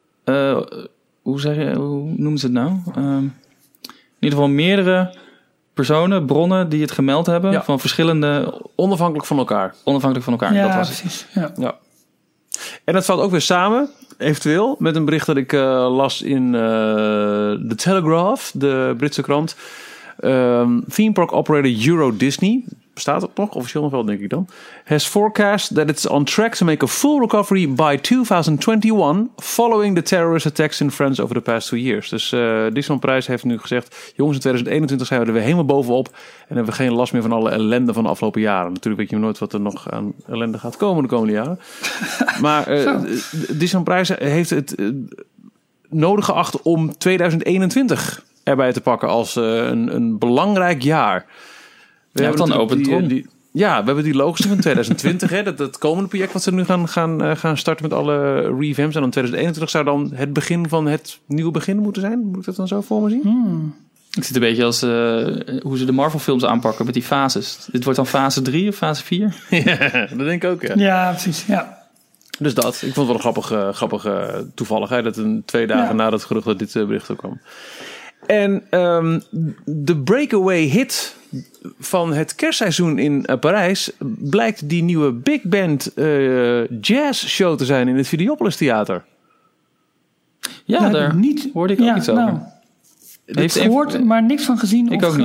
hoe noemen ze het nou? In ieder geval meerdere personen, bronnen die het gemeld hebben. Ja. Van verschillende... Onafhankelijk van elkaar. Onafhankelijk van elkaar. Ja, dat was het. precies. Ja. Ja. En dat valt ook weer samen, eventueel, met een bericht dat ik las in The Telegraph, de Britse krant. Theme park operator Euro Disney, bestaat het nog? Officieel nog wel, denk ik dan. Has forecast that it's on track to make a full recovery by 2021 following the terrorist attacks in France over the past 2 years. Dus Disneyland Parijs heeft nu gezegd, jongens, in 2021 zijn we er weer helemaal bovenop en hebben we geen last meer van alle ellende van de afgelopen jaren. Natuurlijk weet je nooit wat er nog aan ellende gaat komen de komende jaren. Maar Disneyland Parijs heeft het nodig geacht om 2021 erbij te pakken als een belangrijk jaar. Je hebt dan open tron. Ja, we hebben die logische van 2020. Hè, dat komende project wat ze nu gaan starten met alle revamps. En dan 2021 zou dan het begin van het nieuwe begin moeten zijn. Moet ik dat dan zo voor me zien? Ik zit een beetje als hoe ze de Marvel films aanpakken met die fases. Dit wordt dan fase 3 of fase 4? Ja, dat denk ik ook, ja. Ja, precies. Ja. Dus dat. Ik vond het wel een grappige toevalligheid. Dat 2 dagen na dat gerucht dat dit bericht ook kwam. En de breakaway hit van het kerstseizoen in Parijs blijkt die nieuwe big band jazz show te zijn in het Videopolis Theater. Ja, Ja, daar niet, hoorde ik ook iets over. Nou, Heeft gehoord, maar niks van gezien. Ik of, ook niet.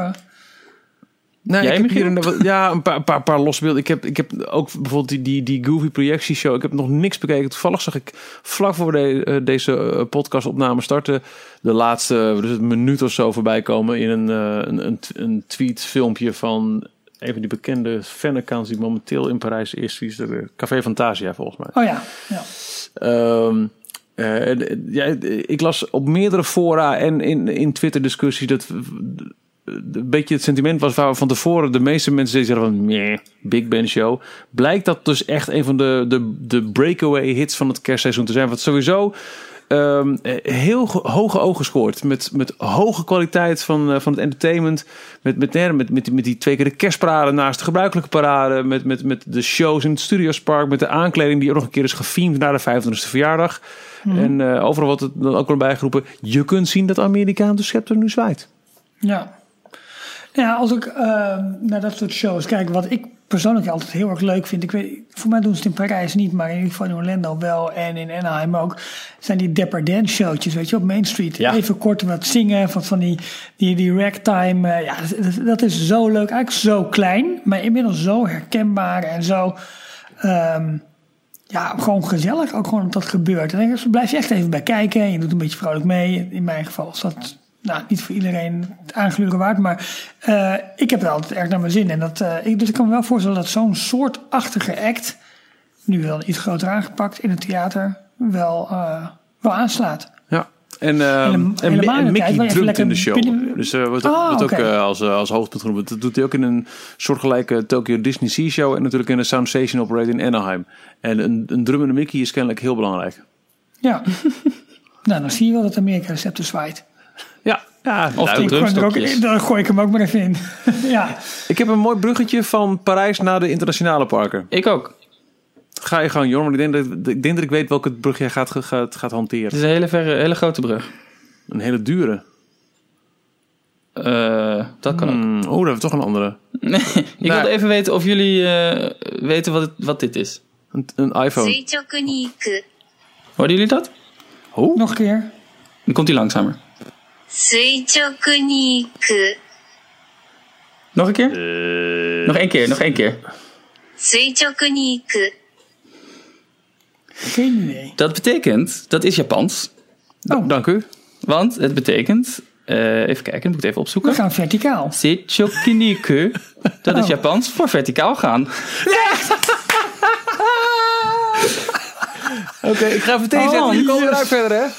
Nou, Jij, ik heb hier Michiel? een paar losse beelden. Ik heb ook bijvoorbeeld die Goofy projectieshow. Ik heb nog niks bekeken. Toevallig zag ik vlak voor deze podcastopname starten de laatste dus een minuut of zo voorbij komen in een tweetfilmpje van een van die bekende fanaccounts die momenteel in Parijs is. Die is de Café Fantasia volgens mij. Oh ja, ja. Ik las op meerdere fora en in Twitter discussies dat een beetje het sentiment was waar we van tevoren de meeste mensen zeggen van meh, Big Ben Show. Blijkt dat dus echt een van de breakaway hits van het kerstseizoen te zijn. Wat sowieso heel hoge ogen scoort. Met hoge kwaliteit van het entertainment. Met die 2 keer de kerstparade naast de gebruikelijke parade. Met de shows in het Studiospark. Met de aankleding die ook nog een keer is gefilmd na de 25e verjaardag. En overal wordt het dan ook wel bijgeroepen. Je kunt zien dat Amerikaan de scepter nu zwaait. Ja. Ja, als ik naar dat soort shows kijk, wat ik persoonlijk altijd heel erg leuk vind. Ik weet, voor mij doen ze het in Parijs niet, maar in ieder geval in Orlando wel en in Anaheim ook. Zijn die Dapper Dance showtjes, weet je, op Main Street. Ja. Even kort wat zingen van die ragtime. Dat is zo leuk. Eigenlijk zo klein, maar inmiddels zo herkenbaar en zo gewoon gezellig. Ook gewoon dat dat gebeurt. En dan blijf je echt even bij kijken en je doet een beetje vrolijk mee. In mijn geval is dat niet voor iedereen het aangluren waard, maar ik heb het altijd erg naar mijn zin. En dus ik kan me wel voorstellen dat zo'n soortachtige act, nu wel iets groter aangepakt in het theater, wel aanslaat. Ja, en Mickey drumt in de show. Dus wordt ook als hoogtepunt genoemd. Dat doet hij ook in een soortgelijke Tokyo Disney Sea Show en natuurlijk in de Sound Station Operator in Anaheim. En een drummende Mickey is kennelijk heel belangrijk. Ja. Nou, dan zie je wel dat Amerika de scepter zwaait. Ja, of dan gooi ik hem ook maar even in. Ja. Ik heb een mooi bruggetje van Parijs naar de internationale parken. Ik ook. Ga je gang, Jorn, maar ik denk dat ik weet welke brug jij gaat hanteren. Het is een hele grote brug. Een hele dure. Dat kan ook. Dat hebben we toch een andere. Ik wilde even weten of jullie weten wat dit is. Een iPhone. Hoorden jullie dat? Nog een keer. Dan komt hij langzamer. Nog een keer? Nog één keer. Geen idee. Dat betekent, dat is Japans. Dank u. Want het betekent, even kijken, moet ik het even opzoeken. We gaan verticaal. Seichokuniku. Dat is Japans voor verticaal gaan. Oké, ik ga even thee zetten. Je komt eruit verder, hè?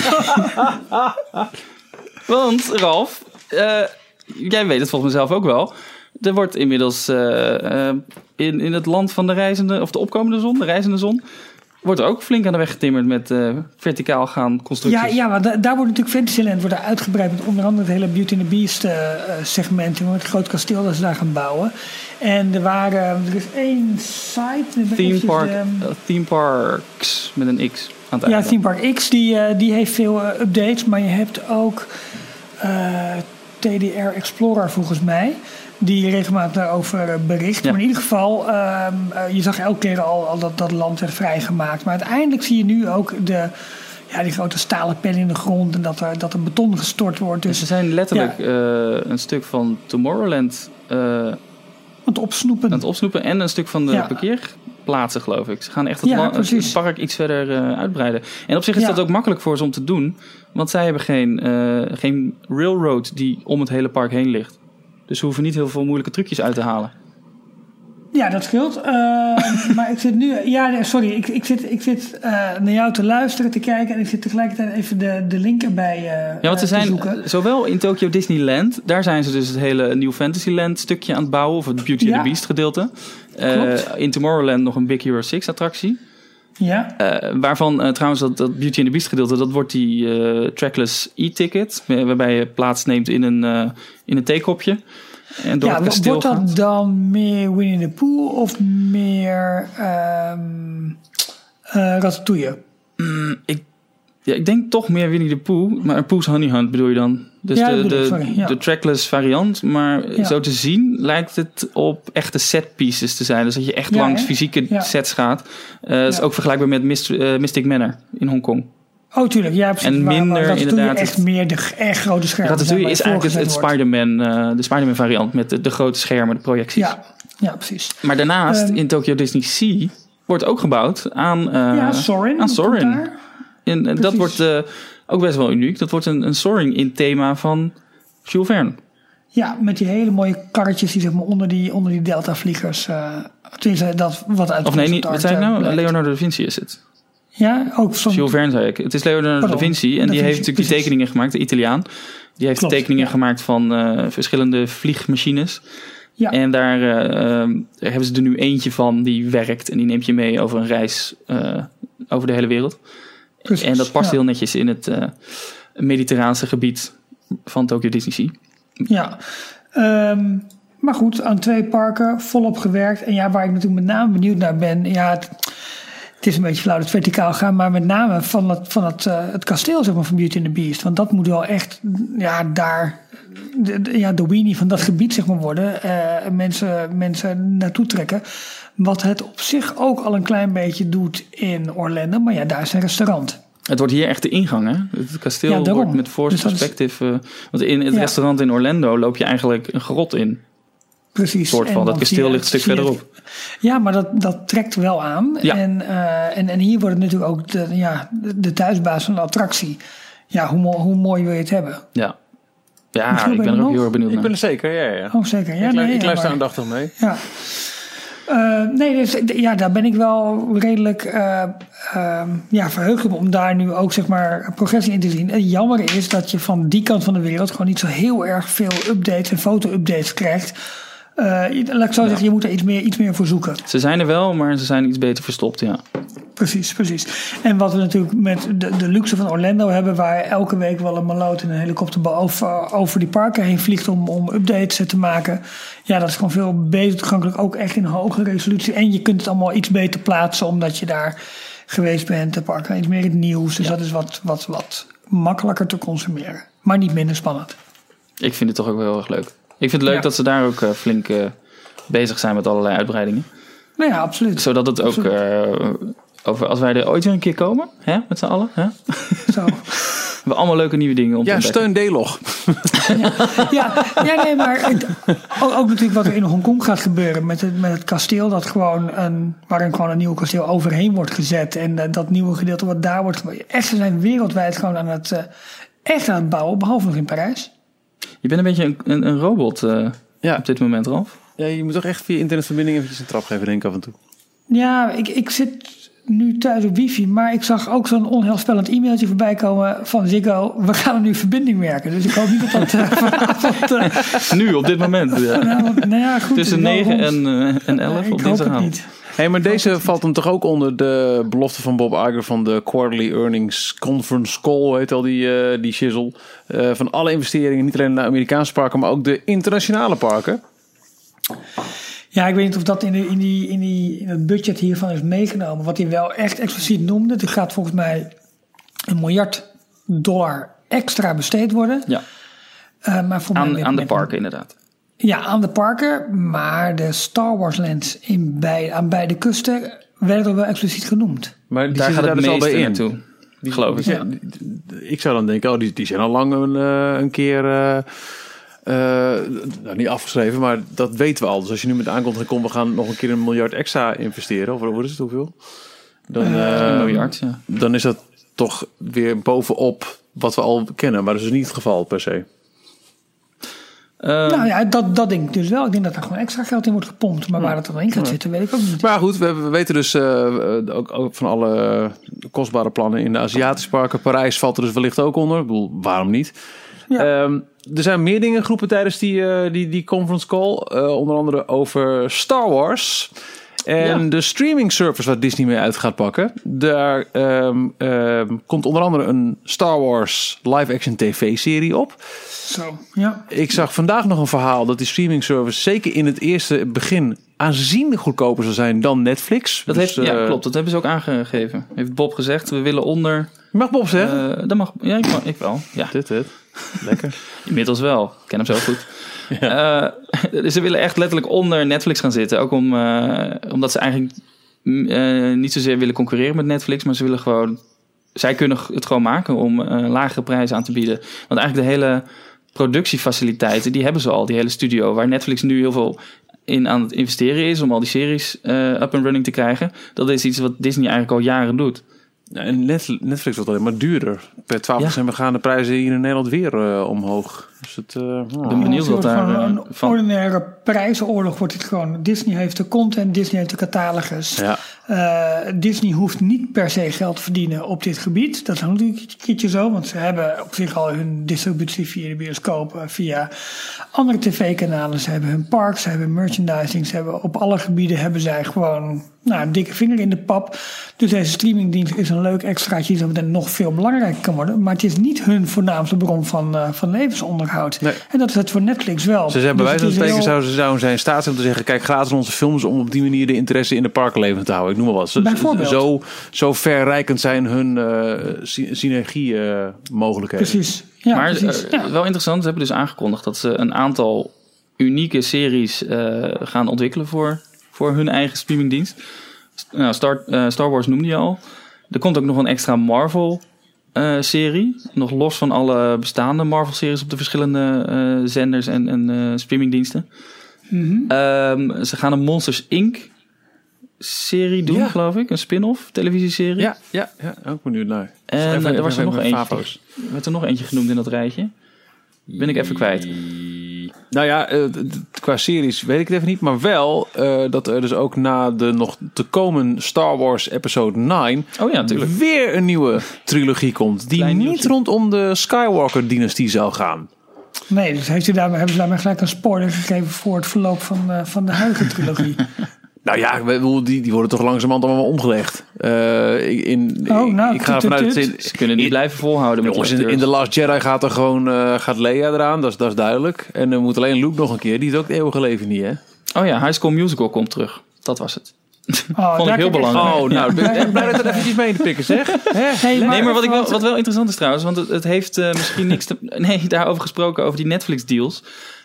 Want, Ralf, jij weet het volgens mij zelf ook wel. Er wordt inmiddels in het land van de reizende, of de opkomende zon, de reizende zon, wordt er ook flink aan de weg getimmerd met verticaal gaan constructies. Ja, maar daar wordt natuurlijk Fantasyland wordt uitgebreid met onder andere het hele Beauty and the Beast segment. Het groot kasteel dat ze daar gaan bouwen. En er is één site. Theme Parks met een X aan het einde. Ja, Theme Park X, die heeft veel updates. Maar je hebt ook TDR Explorer volgens mij, die regelmatig daarover bericht. Ja. Maar in ieder geval, je zag elke keer al dat land werd vrijgemaakt. Maar uiteindelijk zie je nu ook die grote stalen pen in de grond en dat er beton gestort wordt. Dus ze zijn letterlijk een stuk van Tomorrowland aan het opsnoepen en een stuk van de parkeerplaatsen, geloof ik. Ze gaan echt het park iets verder uitbreiden. En op zich is dat ook makkelijk voor ze om te doen, want zij hebben geen railroad die om het hele park heen ligt. Dus ze hoeven niet heel veel moeilijke trucjes uit te halen. Ja, dat scheelt. Maar ik zit nu... Ja, sorry. Ik zit naar jou te luisteren, te kijken. En ik zit tegelijkertijd even de link erbij want ze zijn zoeken. Zowel in Tokyo Disneyland, daar zijn ze dus het hele New Fantasyland stukje aan het bouwen. Of het Beauty and the Beast gedeelte. In Tomorrowland nog een Big Hero 6 attractie. Ja. Waarvan trouwens dat Beauty and the Beast gedeelte, dat wordt die trackless e-ticket. Waarbij je plaatsneemt in een theekopje. En door het kasteel wordt dat dan meer Winnie the Pooh of meer Ratatouille? Ik denk toch meer Winnie the Pooh. Maar Pooh's Honey Hunt bedoel je dan? Dus de trackless variant. Maar zo te zien lijkt het op echte set pieces te zijn. Dus dat je echt langs fysieke sets gaat. Dat is ook vergelijkbaar met Mystic Manor in Hongkong. Oh, tuurlijk. Ja, precies. En minder inderdaad. Echt meer de echt grote schermen. Ratatouille is eigenlijk het Spider-Man, de Spider-Man variant met de grote schermen, de projecties. Ja, precies. Maar daarnaast in Tokyo Disney Sea wordt ook gebouwd aan Soarin'. En dat wordt ook best wel uniek. Dat wordt een Soaring in thema van Jules Verne. Ja, met die hele mooie karretjes die zeg maar onder die Delta-vliegers. Dat wat uit. Of nee, niet. Wat zei ik nou? Leonardo da Vinci is het. Ja, ook van Jules Verne zei ik. Het is Leonardo da Vinci en die heeft natuurlijk die tekeningen gemaakt, de Italiaan. Die heeft tekeningen gemaakt van verschillende vliegmachines. Ja. En daar hebben ze er nu eentje van die werkt. En die neemt je mee over een reis over de hele wereld. Precies, en dat past heel netjes in het mediterraanse gebied van Tokyo Disney Sea. Ja, maar goed, aan 2 parken volop gewerkt. En ja, waar ik natuurlijk met name benieuwd naar ben... Ja, het is een beetje flauw dat het verticaal gaan... maar met name van het kasteel zeg maar, van Beauty and the Beast. Want dat moet wel echt daar... de weenie van dat gebied zeg maar, worden. Mensen naartoe trekken. Wat het op zich ook al een klein beetje doet in Orlando. Maar ja, daar is een restaurant. Het wordt hier echt de ingang, hè? Het kasteel wordt met force perspective... want in het restaurant in Orlando loop je eigenlijk een grot in. Precies. Soort van. Dat kasteel ligt een stuk verderop. Ja, maar dat trekt wel aan. Ja. En hier wordt het natuurlijk ook de thuisbaas van de attractie. Ja, hoe mooi wil je het hebben? Ja. Ja, ik ben er ook heel erg benieuwd naar. Ik ben er zeker, ja. Oh, zeker. Ja, ik luister aandachtig mee. Ja. Dus daar ben ik wel redelijk verheugd op om daar nu ook zeg maar progressie in te zien. Het jammer is dat je van die kant van de wereld gewoon niet zo heel erg veel updates en foto-updates krijgt. Laat ik zo zeggen, je moet er iets meer voor zoeken. Ze zijn er wel, maar ze zijn iets beter verstopt, ja. Precies. En wat we natuurlijk met de luxe van Orlando hebben... waar elke week wel een maloot in een helikopter over die parken heen vliegt... om updates te maken. Ja, dat is gewoon veel beter toegankelijk. Ook echt in hoge resolutie. En je kunt het allemaal iets beter plaatsen... omdat je daar geweest bent. De parken iets meer in het nieuws. Dus dat is wat makkelijker te consumeren. Maar niet minder spannend. Ik vind het toch ook wel heel erg leuk. Ik vind het leuk dat ze daar ook flink bezig zijn met allerlei uitbreidingen. Nou ja, absoluut. Zodat het ook... als wij er ooit weer een keer komen, hè, met z'n allen. Hè? Zo. We hebben allemaal leuke nieuwe dingen om te ontdekken. Steun D-log. Nee, maar ook natuurlijk wat er in Hongkong gaat gebeuren met het kasteel, waarin gewoon een nieuw kasteel overheen wordt gezet en dat nieuwe gedeelte wat daar wordt gebouwd. Echt, ze zijn wereldwijd gewoon aan het bouwen, behalve nog in Parijs. Je bent een beetje een robot op dit moment, Ralf. Ja, je moet toch echt via internetverbinding eventjes een trap geven, denk ik af en toe. Ja, ik zit nu thuis op wifi, maar ik zag ook zo'n onheilspellend e-mailtje voorbij komen van Ziggo. We gaan er nu verbinding werken. Dus ik hoop niet dat vanavond... Nu, op dit moment. Ja. Goed, tussen 9 en 11 op dinsdagavond. Hey, maar deze valt hem toch ook onder de belofte van Bob Iger van de Quarterly Earnings Conference Call, heet al die shizzle. Van alle investeringen, niet alleen in de Amerikaanse parken, maar ook de internationale parken. Ja, ik weet niet of dat in het budget hiervan is meegenomen. Wat hij wel echt expliciet noemde. Er gaat volgens mij $1 miljard extra besteed worden. Ja. Maar aan de parken inderdaad. Ja, aan de parken. Maar de Star Wars lands aan beide kusten werden er wel expliciet genoemd. Maar daar gaat het meeste naartoe. Geloof ik. Ja. Ik zou dan denken, die zijn al lang een keer... niet afgeschreven, maar dat weten we al. Dus als je nu met de aankondiging komt, we gaan nog een keer $1 miljard extra investeren. Of wat is het, hoeveel? Dan, $1 miljard, ja. Dan is dat toch weer bovenop wat we al kennen. Maar dat is dus niet het geval per se. Nou ja, dat denk ik dus wel. Ik denk dat er gewoon extra geld in wordt gepompt. Maar waar dat dan in gaat zitten, weet ik ook niet. Maar goed, we weten dus ook van alle kostbare plannen in de Aziatische parken. Parijs valt er dus wellicht ook onder. Ik bedoel, waarom niet? Ja. Er zijn meer dingen groepen tijdens die conference call. Onder andere over Star Wars. En de streaming service waar Disney mee uit gaat pakken. Daar komt onder andere een Star Wars live-action tv-serie op. Zo, ja. Ik zag vandaag nog een verhaal dat die streaming service zeker in het eerste begin aanzienlijk goedkoper zal zijn dan Netflix. Klopt. Dat hebben ze ook aangegeven. Heeft Bob gezegd, we willen onder... Mag Bob zeggen? Dat mag. Ja, ik wel. Ja. Dit. Lekker. Inmiddels wel. Ik ken hem zo goed. Dus ze willen echt letterlijk onder Netflix gaan zitten. Ook omdat ze eigenlijk niet zozeer willen concurreren met Netflix. Maar ze willen gewoon... Zij kunnen het gewoon maken om lagere prijzen aan te bieden. Want eigenlijk de hele productiefaciliteiten, die hebben ze al. Die hele studio. Waar Netflix nu heel veel in aan het investeren is. Om al die series up and running te krijgen. Dat is iets wat Disney eigenlijk al jaren doet. Ja, en Netflix wordt alleen maar duurder. Per 12 december gaan de prijzen hier in Nederland weer omhoog. Dus het, Ik ben benieuwd wat daar een van... ordinaire prijzenoorlog wordt het gewoon. Disney heeft de content, Disney heeft de catalogus. ja. Disney hoeft niet per se geld te verdienen op dit gebied. Dat is natuurlijk een keertje zo, want ze hebben op zich al hun distributie via de bioscoop, via andere tv-kanalen. Ze hebben hun parks, ze hebben merchandising, ze hebben op alle gebieden hebben zij gewoon een dikke vinger in de pap. Dus deze streamingdienst is een leuk extraatje die zo meteen nog veel belangrijker kan worden. Maar het is niet hun voornaamste bron van levensonderhoud. Nee. En dat is het voor Netflix wel. Ze zijn bij wijze van Dus het is spreken heel- zouden zij in staat zijn om te zeggen, kijk, gratis onze films om op die manier de interesse in de parken levend te houden. Ik noem maar wat. Bijvoorbeeld. Zo verrijkend zijn hun synergie mogelijkheden. Precies. Ja, maar precies. Ja. wel interessant, ze hebben dus aangekondigd dat ze een aantal unieke series gaan ontwikkelen voor hun eigen streamingdienst. Nou, Star Wars noemde je al. Er komt ook nog een extra Marvel serie. Nog los van alle bestaande Marvel series op de verschillende zenders en streamingdiensten. Ze gaan een Monsters Inc. serie doen, Ja. geloof ik. Een spin-off televisieserie. Ja, ook benieuwd naar. En er was er nog eentje. Favo's. Werd er nog eentje genoemd in dat rijtje? Ben ik even kwijt. Nou ja, qua series weet ik het even niet. Maar wel dat er dus ook na de nog te komen Star Wars Episode 9... Oh ja, natuurlijk. weer een nieuwe trilogie komt. Die Klein niet nieuwtje. rondom de Skywalker-dynastie zou gaan. Nee, dus hebben ze daarmee gelijk een spoiler gegeven voor het verloop van de huidige trilogie. Nou ja, ik bedoel, die worden toch langzamerhand allemaal omgelegd. Ik ga ervan uit... Ze kunnen niet blijven volhouden met Jongens, die in The acteurs. Last Jedi gaat er gewoon gaat Leia eraan, dat is duidelijk. En dan moet alleen Luke nog een keer. Die is ook het eeuwige leven niet, hè? Oh ja, High School Musical komt terug. Dat was het. Oh, Vond ik heel belangrijk. Oh, nou, ben ik blij dat er eventjes mee te pikken, zeg. Hey, Nee, maar wat wel interessant is trouwens, want het heeft misschien niks te... Nee, daarover gesproken, over die Netflix-deals.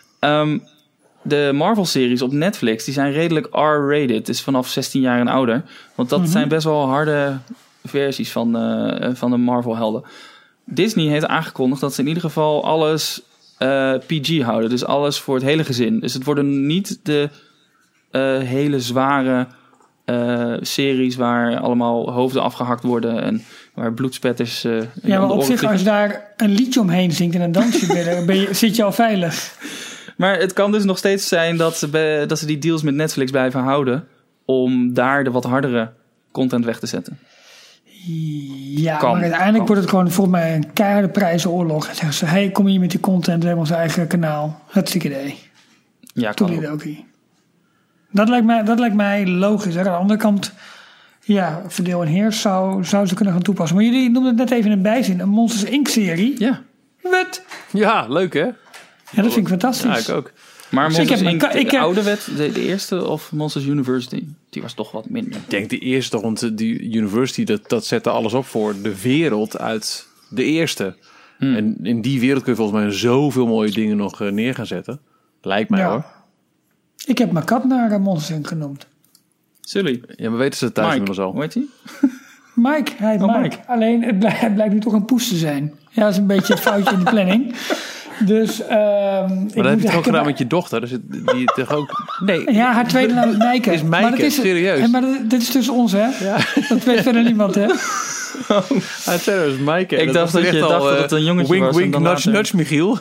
De Marvel-series op Netflix, die zijn redelijk R-rated. Dus vanaf 16 jaar en ouder. Want dat zijn best wel harde versies van de Marvel-helden. Disney heeft aangekondigd dat ze in ieder geval alles PG houden. Dus alles voor het hele gezin. Dus het worden niet de hele zware series waar allemaal hoofden afgehakt worden en waar bloedspetters Ja, maar op zich, als je daar een liedje omheen zingt en een dansje binnen, zit je al veilig. Maar het kan dus nog steeds zijn dat ze die deals met Netflix blijven houden om daar de wat hardere content weg te zetten. Ja, Kan. maar uiteindelijk wordt het gewoon volgens mij een keiharde prijzenoorlog. En zeggen ze, hey, kom hier met die content, we hebben ons eigen kanaal. Hartstikke idee. Ja, kan ook. Toelidoki. Dat lijkt mij logisch. Hè. Aan de andere kant, ja, verdeel en heers zou ze kunnen gaan toepassen. Maar jullie noemden het net even in een bijzin, een Monsters Inc-serie. Ja. Wat? Ja, leuk, hè? Ja, dat vind ik fantastisch. Ja, ik ook. Maar Dus Monsters ik heb Inc., mijn- ik de heb- oude wet, de eerste of Monsters University, die was toch wat minder. Ik denk de eerste, want die University, dat zette alles op voor de wereld uit de eerste. En in die wereld kun je volgens mij zoveel mooie dingen nog neer gaan zetten. Lijkt mij, hoor. Ik heb mijn kat naar Monsters Inc genoemd. Sully. Ja, maar weten ze het thuis Mike, inmiddels al. hoe heet die? Mike, hij heet Oh, Mike. Mike. Alleen, het blijkt nu toch een poes te zijn. Ja, dat is een beetje een foutje in de planning. Dus, Maar dat heb je toch ook gedaan met je dochter? Dus die toch ook... Nee, Ja, haar tweede naam is Mijke. Is Mijke, Maar dat serieus? Hey, maar dit is tussen ons, hè? Ja. Dat weet verder niemand, hè? hij zei dat is Mike. Ik dacht dat je dacht dat het een jongetje wink, was en Wink, dan nudge, later- nudge, Michiel.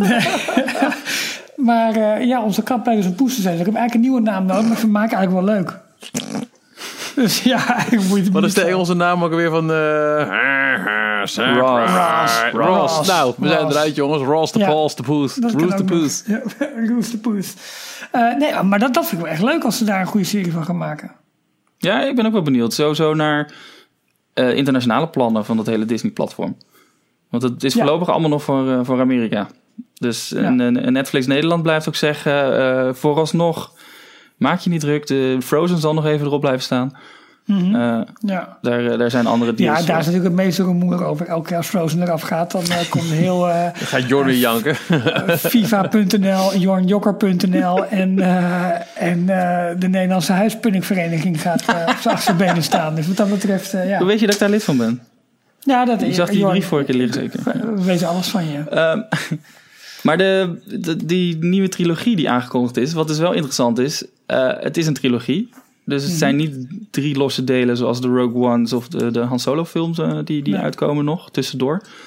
Maar ja, onze kat blijkt dus een poes te zijn. Dus ik heb eigenlijk een nieuwe naam nodig, maar ik vind Mike eigenlijk wel leuk. Dus ja, eigenlijk moet je het Wat niet is de zo. Engelse naam ook alweer van... Ross. Nou, we zijn Ross. eruit, jongens. Ross de Ja. Pauls de Poes. Dat kan Roos de ook nog. Poes. Ja, Roos de Poes. Nee, maar dat vind ik wel echt leuk als ze daar een goede serie van gaan maken. Ja, ik ben ook wel benieuwd. Sowieso naar internationale plannen van dat hele Disney-platform. Want het is Ja. voorlopig allemaal nog voor Amerika. Dus Ja. en Netflix Nederland blijft ook zeggen... vooralsnog, maak je niet druk. De Frozen zal nog even erop blijven staan. Ja. Daar zijn andere deals. Ja, daar is natuurlijk het meest rumoer over. Elke keer als Frozen eraf gaat, dan komt heel Dan gaat Jordan janken. FIFA.nl, jornjokker.nl en de Nederlandse Huispunningvereniging gaat op zijn achterbenen staan. Dus wat dat betreft, ja. Hoe weet je dat ik daar lid van ben? Ja, dat Je zag die Jorn, brief vorige keer liggen zeker. We weten alles van je. Maar die nieuwe trilogie die aangekondigd is... wat dus wel interessant is... het is een trilogie. Dus het zijn niet 3 losse delen... zoals de Rogue Ones of de Han Solo films... die uitkomen nog tussendoor.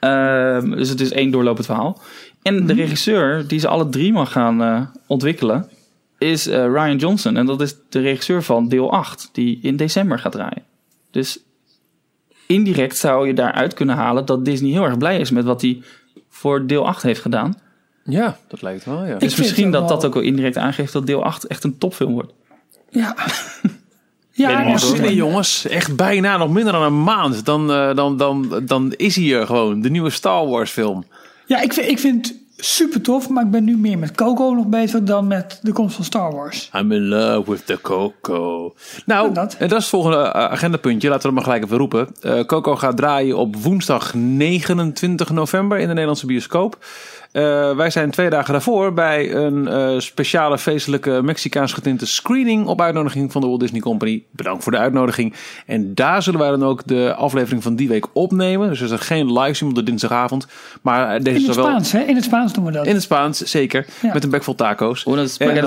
Dus het is 1 doorlopend verhaal. En de regisseur die ze alle 3 mag gaan ontwikkelen is Rian Johnson. En dat is de regisseur van deel 8, die in december gaat draaien. Dus indirect zou je daaruit kunnen halen dat Disney heel erg blij is met wat hij voor deel 8 heeft gedaan. Ja, dat lijkt wel, ja. Dus misschien dat ook wel indirect aangeeft dat deel 8 echt een topfilm wordt. Ja. Nee, jongens, echt bijna nog minder dan een maand. Dan is hij er gewoon, de nieuwe Star Wars film. Ja, ik vind het super tof, maar ik ben nu meer met Coco nog bezig dan met de komst van Star Wars. I'm in love with the Coco. Nou, en dat is het volgende agendapuntje. Laten we het maar gelijk even roepen. Coco gaat draaien op woensdag 29 november in de Nederlandse bioscoop. Wij zijn 2 dagen daarvoor bij een speciale feestelijke Mexicaans getinte screening op uitnodiging van de Walt Disney Company. Bedankt voor de uitnodiging. En daar zullen wij dan ook de aflevering van die week opnemen. Dus er is geen livestream op de dinsdagavond. Maar deze in het Spaans, hè? In het Spaans doen we dat. In het Spaans, zeker. Ja. Met een bek vol taco's. En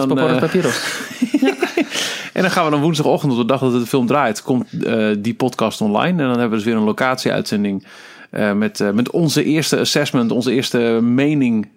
dan gaan we dan woensdagochtend op de dag dat de film draait, komt die podcast online. En dan hebben we dus weer een locatie-uitzending. Met onze eerste assessment, onze eerste mening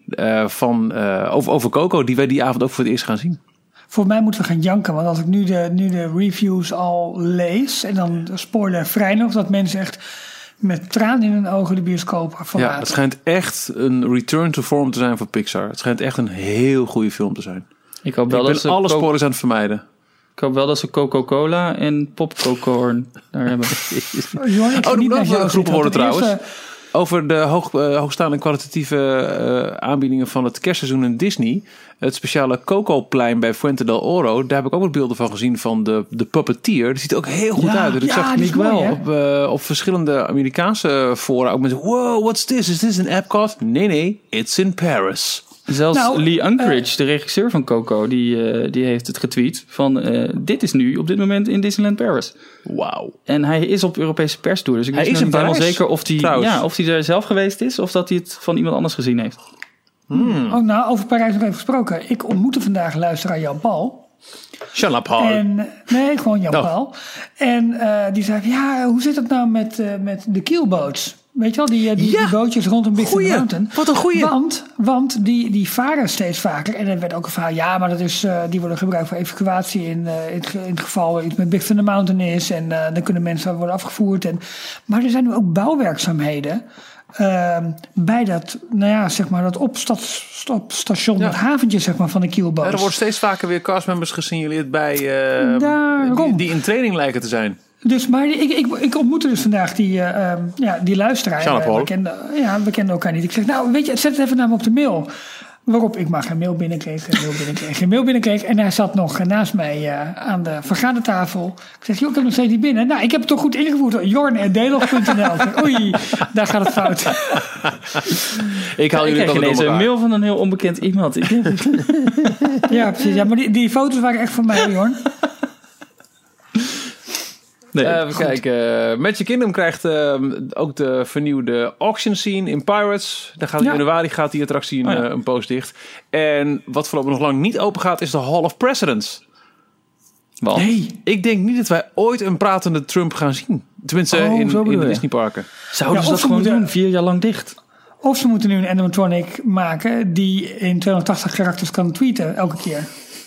over Coco, die wij die avond ook voor het eerst gaan zien. Voor mij moeten we gaan janken, want als ik nu de reviews al lees, en dan spoilervrij nog, dat mensen echt met tranen in hun ogen de bioscoop verlaten. Ja, het schijnt echt een return to form te zijn voor Pixar. Het schijnt echt een heel goede film te zijn. Ik hoop wel dat ze alle spoilers aan het vermijden. Ik hoop wel dat ze Coca-Cola en popcorn daar hebben. Die moet ook wel geroepen worden trouwens. Over de hoogstaande kwalitatieve aanbiedingen van het kerstseizoen in Disney. Het speciale Coco-plein bij Fuente del Oro. Daar heb ik ook wat beelden van gezien van de Puppeteer. Die ziet er ook heel goed uit. Dat zag ik wel op verschillende Amerikaanse fora. Ook mensen, wow, what's this? Is this in Epcot? Nee, it's in Paris. Zelfs Lee Unkrich, de regisseur van Coco, die heeft het getweet van dit is nu op dit moment in Disneyland Paris. Wauw. En hij is op Europese perstour, dus ik weet niet helemaal zeker of hij er zelf geweest is of dat hij het van iemand anders gezien heeft. Over Parijs nog even gesproken. Ik ontmoette vandaag luisteraar Jan Paul. Jean-Paul. Nee, gewoon Jan Paul. En die zei, hoe zit het nou met de keelboats? Weet je wel, die bootjes rondom Big Thunder Mountain. Wat een goeie. Want die varen steeds vaker. En er werd ook een verhaal, maar dat is, die worden gebruikt voor evacuatie in het geval er iets met Big Thunder Mountain is. En dan kunnen mensen worden afgevoerd. Maar er zijn nu ook bouwwerkzaamheden bij dat, dat opstapstation, dat haventje van de keelboot. Er wordt steeds vaker weer castmembers gesignaleerd bij die in training lijken te zijn. Dus, maar ik ontmoette dus vandaag die luisteraar. We kenden elkaar niet. Ik zeg, weet je, zet het even naar me op de mail. Waarop ik maar geen mail binnenkreeg. En hij zat nog naast mij aan de vergadertafel. Ik zeg, ik heb nog steeds niet binnen. Nou, ik heb het toch goed ingevoerd. jorn@delog.nl. Oei, daar gaat het fout. Ik haal jullie ineens een mail van een heel onbekend iemand. Ja, precies. Ja, maar die foto's waren echt van mij, Jorn. Even kijken. Magic Kingdom krijgt ook de vernieuwde auction scene in Pirates. Daar gaat in januari die attractie een poos dicht. En wat voorlopig nog lang niet open gaat is de Hall of Presidents. Want ik denk niet dat wij ooit een pratende Trump gaan zien. Tenminste in de Disneyparken. Zouden ze dat gewoon doen? 4 jaar lang dicht. Of ze moeten nu een animatronic maken die in 280 karakters kan tweeten elke keer.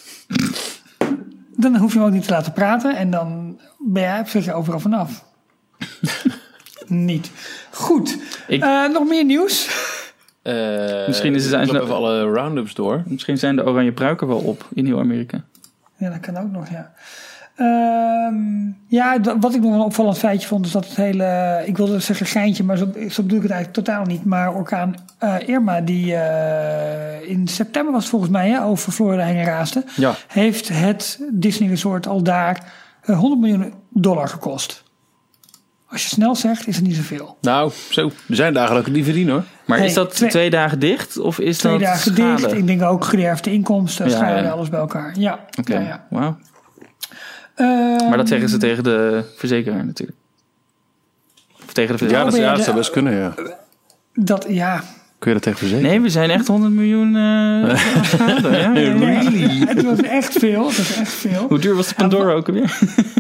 Dan hoef je hem ook niet te laten praten. En dan zeg je overal vanaf. Niet. Goed. Nog meer nieuws? Misschien zijn ze even alle roundups door. Misschien zijn de oranje pruiken wel op in heel Amerika. Ja, dat kan ook nog, ja. Wat ik nog een opvallend feitje vond, is dat het hele, ik wilde zeggen geintje, maar zo bedoel ik het eigenlijk totaal niet. Maar orkaan Irma, die in september was volgens mij over Florida heen raasde, heeft het Disney Resort al daar $100 miljoen gekost. Als je snel zegt, is het niet zoveel. Nou, er zijn dagen dat ik het niet verdien hoor. Maar is dat 2 dagen dicht? Of is 2 dat dagen schade? dicht. Ik denk ook gederfde inkomsten, schade, alles bij elkaar. Ja. Oké. Wauw. Maar dat zeggen ze tegen de verzekeraar natuurlijk. Of tegen de verzekeraar. Ja, dat zou best kunnen, ja. Kun je dat tegen verzekeren? Nee, we zijn echt 100 miljoen schade. Really? Het was echt veel. Hoe duur was de Pandora ook alweer?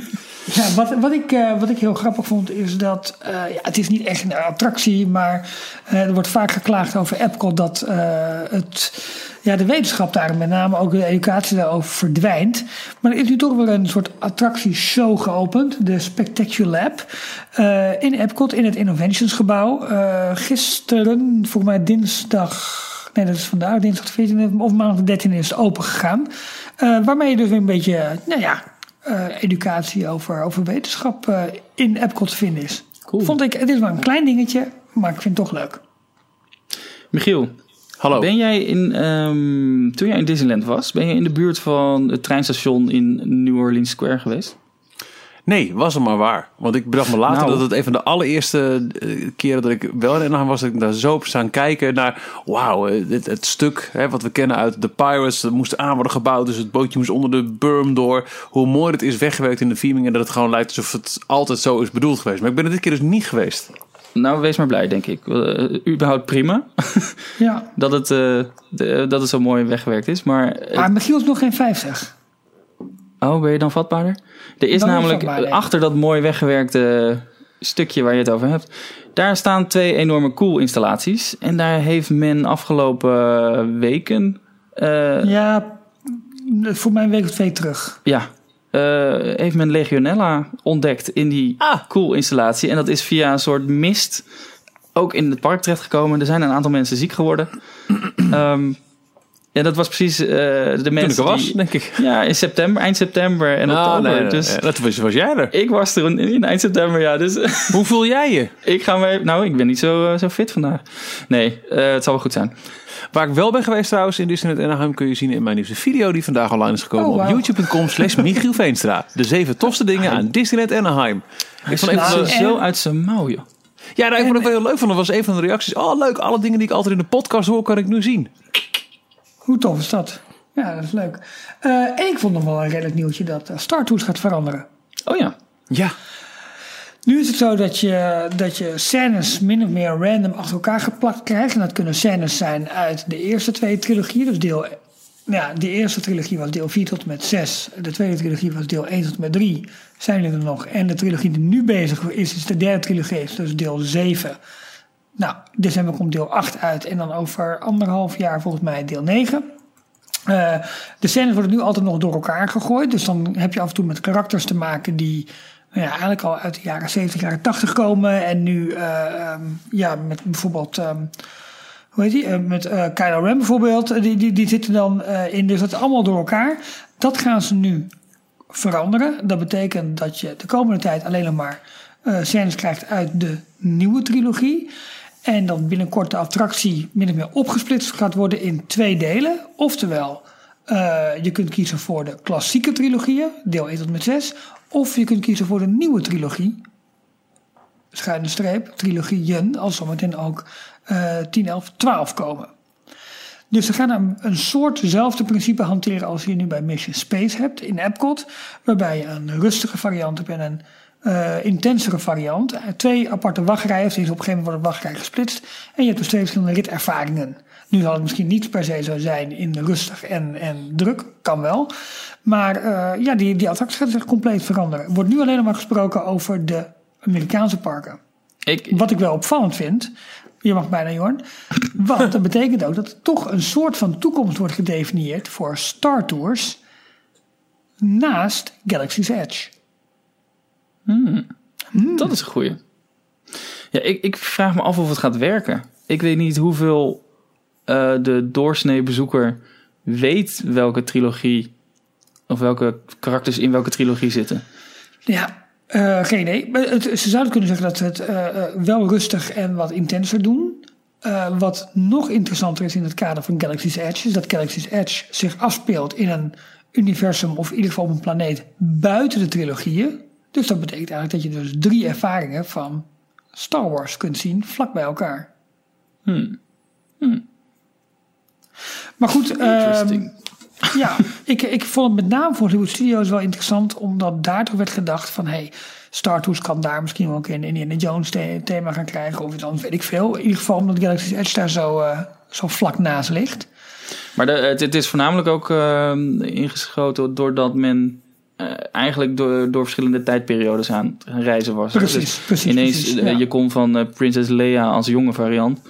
Ja, wat ik heel grappig vond is dat het is niet echt een attractie, maar er wordt vaak geklaagd over Epcot dat de wetenschap daar, met name ook de educatie daarover, verdwijnt. Maar er is nu toch weer een soort attractieshow geopend, de Spectacular Lab, in Epcot in het Innovations gebouw. Gisteren, volgens mij dinsdag. Nee, dat is vandaag, dinsdag de 14e of maandag de 13e is het open gegaan. Waarmee je dus weer een beetje, educatie over wetenschap in Epcot te vinden is. Cool. Vond ik, het is maar een klein dingetje, maar ik vind het toch leuk. Michiel, Hallo. ben jij toen jij in Disneyland was, ben je in de buurt van het treinstation in New Orleans Square geweest? Nee, was het maar waar. Want ik bedacht me later dat het een van de allereerste keren dat ik wel in Anaheim was, dat ik daar zo op staan kijken naar, wauw, het stuk wat we kennen uit The Pirates, dat moest aan worden gebouwd, dus het bootje moest onder de berm door. Hoe mooi het is weggewerkt in de theming en dat het gewoon lijkt alsof het altijd zo is bedoeld geweest. Maar ik ben er dit keer dus niet geweest. Nou, wees maar blij, denk ik. Überhaupt prima Ja. dat het zo mooi weggewerkt is. Maar Michiel is nog geen 50. Oh, ben je dan vatbaarder? Er is Dan namelijk vatbaarder. achter dat mooi weggewerkte stukje waar je het over hebt, daar staan 2 enorme koelinstallaties. En daar heeft men afgelopen weken Voor mij een week of 2 terug. heeft men Legionella ontdekt in die koelinstallatie. En dat is via een soort mist ook in het park terechtgekomen. Er zijn een aantal mensen ziek geworden. Ja, dat was precies de mensen Toen ik er was, denk ik. Ja, in september, eind september en oktober. Nee, dus dat was jij er. ik was er in eind september, ja. Dus Hoe voel jij je? ik ben niet zo fit vandaag. Nee, het zal wel goed zijn. Waar ik wel ben geweest trouwens in Disneyland Anaheim kun je zien in mijn nieuwste video die vandaag online is gekomen Oh, wow. op youtube.com/Michiel Veenstra. De 7 tofste dingen aan Disneyland Anaheim. Ik vond Het zo uit zijn mouw, joh. Ja, daar vond ik wel heel leuk van. Dat was een van de reacties. Oh, leuk. Alle dingen die ik altijd in de podcast hoor, kan ik nu zien. Hoe tof is dat? Ja, dat is leuk. En ik vond nog wel een redelijk nieuwtje dat Star Tours gaat veranderen. Oh ja. Ja. Nu is het zo dat je scènes min of meer random achter elkaar geplakt krijgt. En dat kunnen scènes zijn uit de eerste 2 trilogieën. Dus de eerste trilogie was deel 4 tot en met 6. De tweede trilogie was deel 1 tot en met 3. Zijn er nog. En de trilogie die nu bezig is de derde trilogie. Dus deel 7. Nou, december komt deel 8 uit. En dan over 1,5 jaar volgens mij deel 9. De scènes worden nu altijd nog door elkaar gegooid. Dus dan heb je af en toe met karakters te maken die eigenlijk al uit de jaren 70, jaren 80 komen. En nu met bijvoorbeeld met Kylo Ren bijvoorbeeld. Die zitten dan in. Dus dat is allemaal door elkaar. Dat gaan ze nu veranderen. Dat betekent dat je de komende tijd alleen nog maar scènes krijgt uit de nieuwe trilogie. En dat binnenkort de attractie min of meer opgesplitst gaat worden in 2 delen. Oftewel, je kunt kiezen voor de klassieke trilogieën, deel 1 tot en met 6. Of je kunt kiezen voor de nieuwe trilogie, schuine streep, trilogieën, als zometeen ook 10, 11, 12 komen. Dus ze gaan een soortzelfde principe hanteren als je nu bij Mission Space hebt in Epcot. Waarbij je een rustige variant hebt en een intensere variant. 2 aparte wachtrijen, dus op een gegeven moment wordt de wachtrij gesplitst. En je hebt dus 2 verschillende ritervaringen. Nu zal het misschien niet per se zo zijn in rustig en druk, kan wel. Maar die attractie gaat zich compleet veranderen. Er wordt nu alleen nog maar gesproken over de Amerikaanse parken. Wat ik wel opvallend vind, je mag bijna Jorn, want dat betekent ook dat er toch een soort van toekomst wordt gedefinieerd voor Star Tours naast Galaxy's Edge. Dat is een goeie. Ja, ik vraag me af of het gaat werken. Ik weet niet hoeveel de doorsnee bezoeker weet welke trilogie of welke karakters in welke trilogie zitten. Ja, geen idee. Ze zouden kunnen zeggen dat ze het wel rustig en wat intenser doen. Wat nog interessanter is in het kader van Galaxy's Edge is dat Galaxy's Edge zich afspeelt in een universum of in ieder geval op een planeet buiten de trilogieën. Dus dat betekent eigenlijk dat je dus 3 ervaringen van Star Wars kunt zien vlak bij elkaar. Maar goed, ja, ik vond het met name voor Hollywood Studios wel interessant, omdat daar toch werd gedacht van Star Tours kan daar misschien wel ook een Indiana Jones thema gaan krijgen, of dan weet ik veel. In ieder geval omdat Galaxy's Edge daar zo vlak naast ligt. Maar het is voornamelijk ook ingeschoten doordat men eigenlijk door verschillende tijdperiodes aan reizen was. Precies. Ineens, je kon van Prinses Leia als jonge variant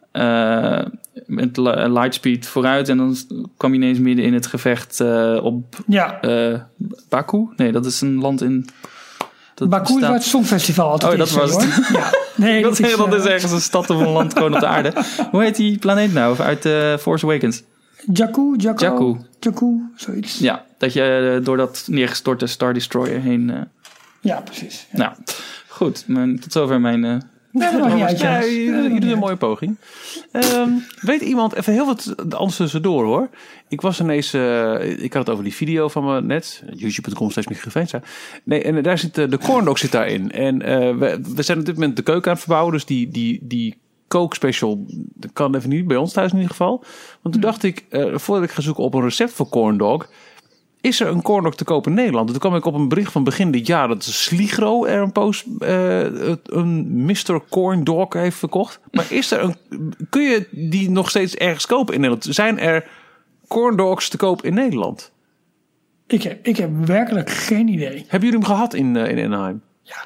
met lightspeed vooruit en dan kwam je ineens midden in het gevecht op Baku. Nee, dat is een land in... Baku is waar het Songfestival altijd dat was het. Hoor. Ja. Nee, dat is ergens een stad of een land gewoon op de aarde. Hoe heet die planeet nou uit Force Awakens? Jakku, zoiets. Ja, dat je door dat neergestorte Star Destroyer heen... Ja, precies. Ja. Nou, goed. Tot zover mijn... Nee, dat mag niet uit, je doet een mooie poging. Weet iemand, even heel wat anders tussendoor hoor. Ik was ineens, ik had het over die video van me net. youtube.com/microfeensa. Nee, en daar zit de corndog zit daarin. En we zijn op dit moment de keuken aan het verbouwen. Dus die Coke special, dat kan even niet bij ons thuis in ieder geval. Want toen dacht ik, voordat ik ga zoeken op een recept voor corndog, is er een corndog te kopen in Nederland? Toen kwam ik op een bericht van begin dit jaar dat Sligro er een post een Mr. Corndog heeft verkocht. Maar kun je die nog steeds ergens kopen in Nederland? Zijn er corndogs te koop in Nederland? Ik heb werkelijk geen idee. Hebben jullie hem gehad in Anaheim?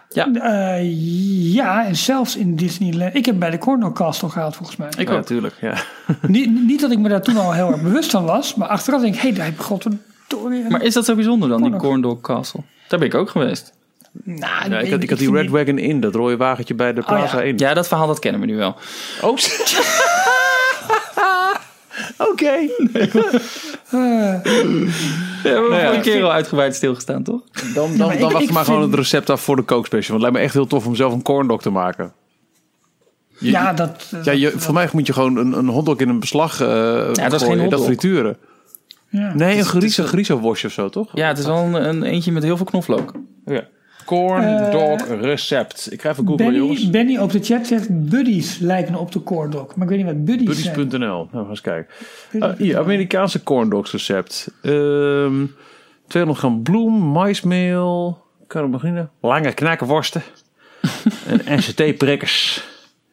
Ja, en zelfs in Disneyland. Ik heb bij de Corndog Castle gehaald volgens mij. Ik ook natuurlijk, ja. Niet dat ik me daar toen al heel erg bewust van was, maar achteraf denk ik, daar heb ik godverdorie. Maar is dat zo bijzonder dan, die Corndog Castle? Daar ben ik ook geweest. Nou, ik had die Red Wagon in, dat rode wagentje bij de Plaza in. Ja, dat verhaal dat kennen we nu wel. Oh, oké. We hebben een keer al uitgebreid stilgestaan, toch? Dan wacht maar gewoon het recept af voor de Coke Special. Want het lijkt me echt heel tof om zelf een corndog te maken. Voor mij moet je gewoon een hotdog in een beslag dat is geen hotdog. Dat frituren. Ja. Nee, een chorizo-worstje of zo, toch? Ja, het is wel een eentje met heel veel knoflook. Ja. Corndog recept. Ik ga even googlen, jongens. Benny op de chat zegt buddies lijken op de corndog. Maar ik weet niet wat buddies zijn. Buddies.nl. Nou, ga eens kijken. Hier, Amerikaanse corndogs recept. 200 gram bloem, maismeel. Kan ik beginnen? Lange knakkenworsten. En NCT-prikkers.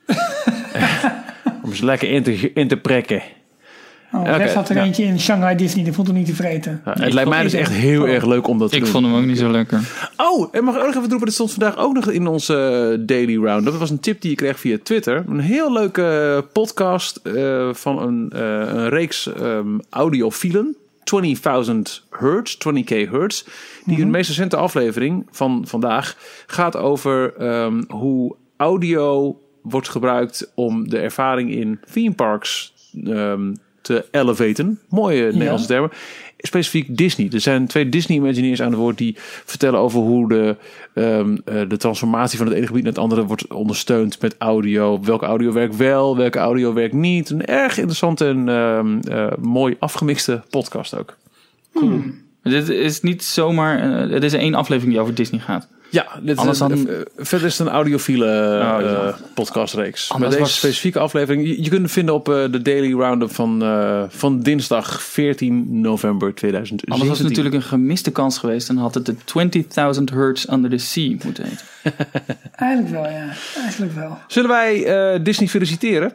Om ze lekker in te prikken. Ref had er eentje in Shanghai Disney, dat vond ik niet te vreten. Ja, het lijkt mij dus echt heel erg leuk om dat te doen. Ik vond hem ook niet zo lekker. Oh, en mag ik ook nog even droppen, dit stond vandaag ook nog in onze Daily Roundup. Dat was een tip die je kreeg via Twitter. Een heel leuke podcast van een reeks audiofielen. 20.000 hertz, 20k hertz. Die hun meest recente aflevering van vandaag gaat over hoe audio wordt gebruikt om de ervaring in theme parks te elevaten. Mooie Nederlandse termen. Specifiek Disney. Er zijn 2 Disney Imagineers aan het woord die vertellen over hoe de transformatie van het ene gebied naar het andere wordt ondersteund met audio. Welke audio werkt wel, welke audio werkt niet. Een erg interessante en mooi afgemixte podcast ook. Cool. Dit is niet zomaar... het is 1 aflevering die over Disney gaat. Ja, verder is het een audiofiele podcastreeks. Met deze specifieke aflevering. Je kunt het vinden op de Daily Roundup van dinsdag 14 november 2017. Anders was het natuurlijk een gemiste kans geweest. En had het de 20.000 Hertz Under the Sea moeten heten. Eigenlijk wel, ja. Eigenlijk wel. Zullen wij Disney feliciteren?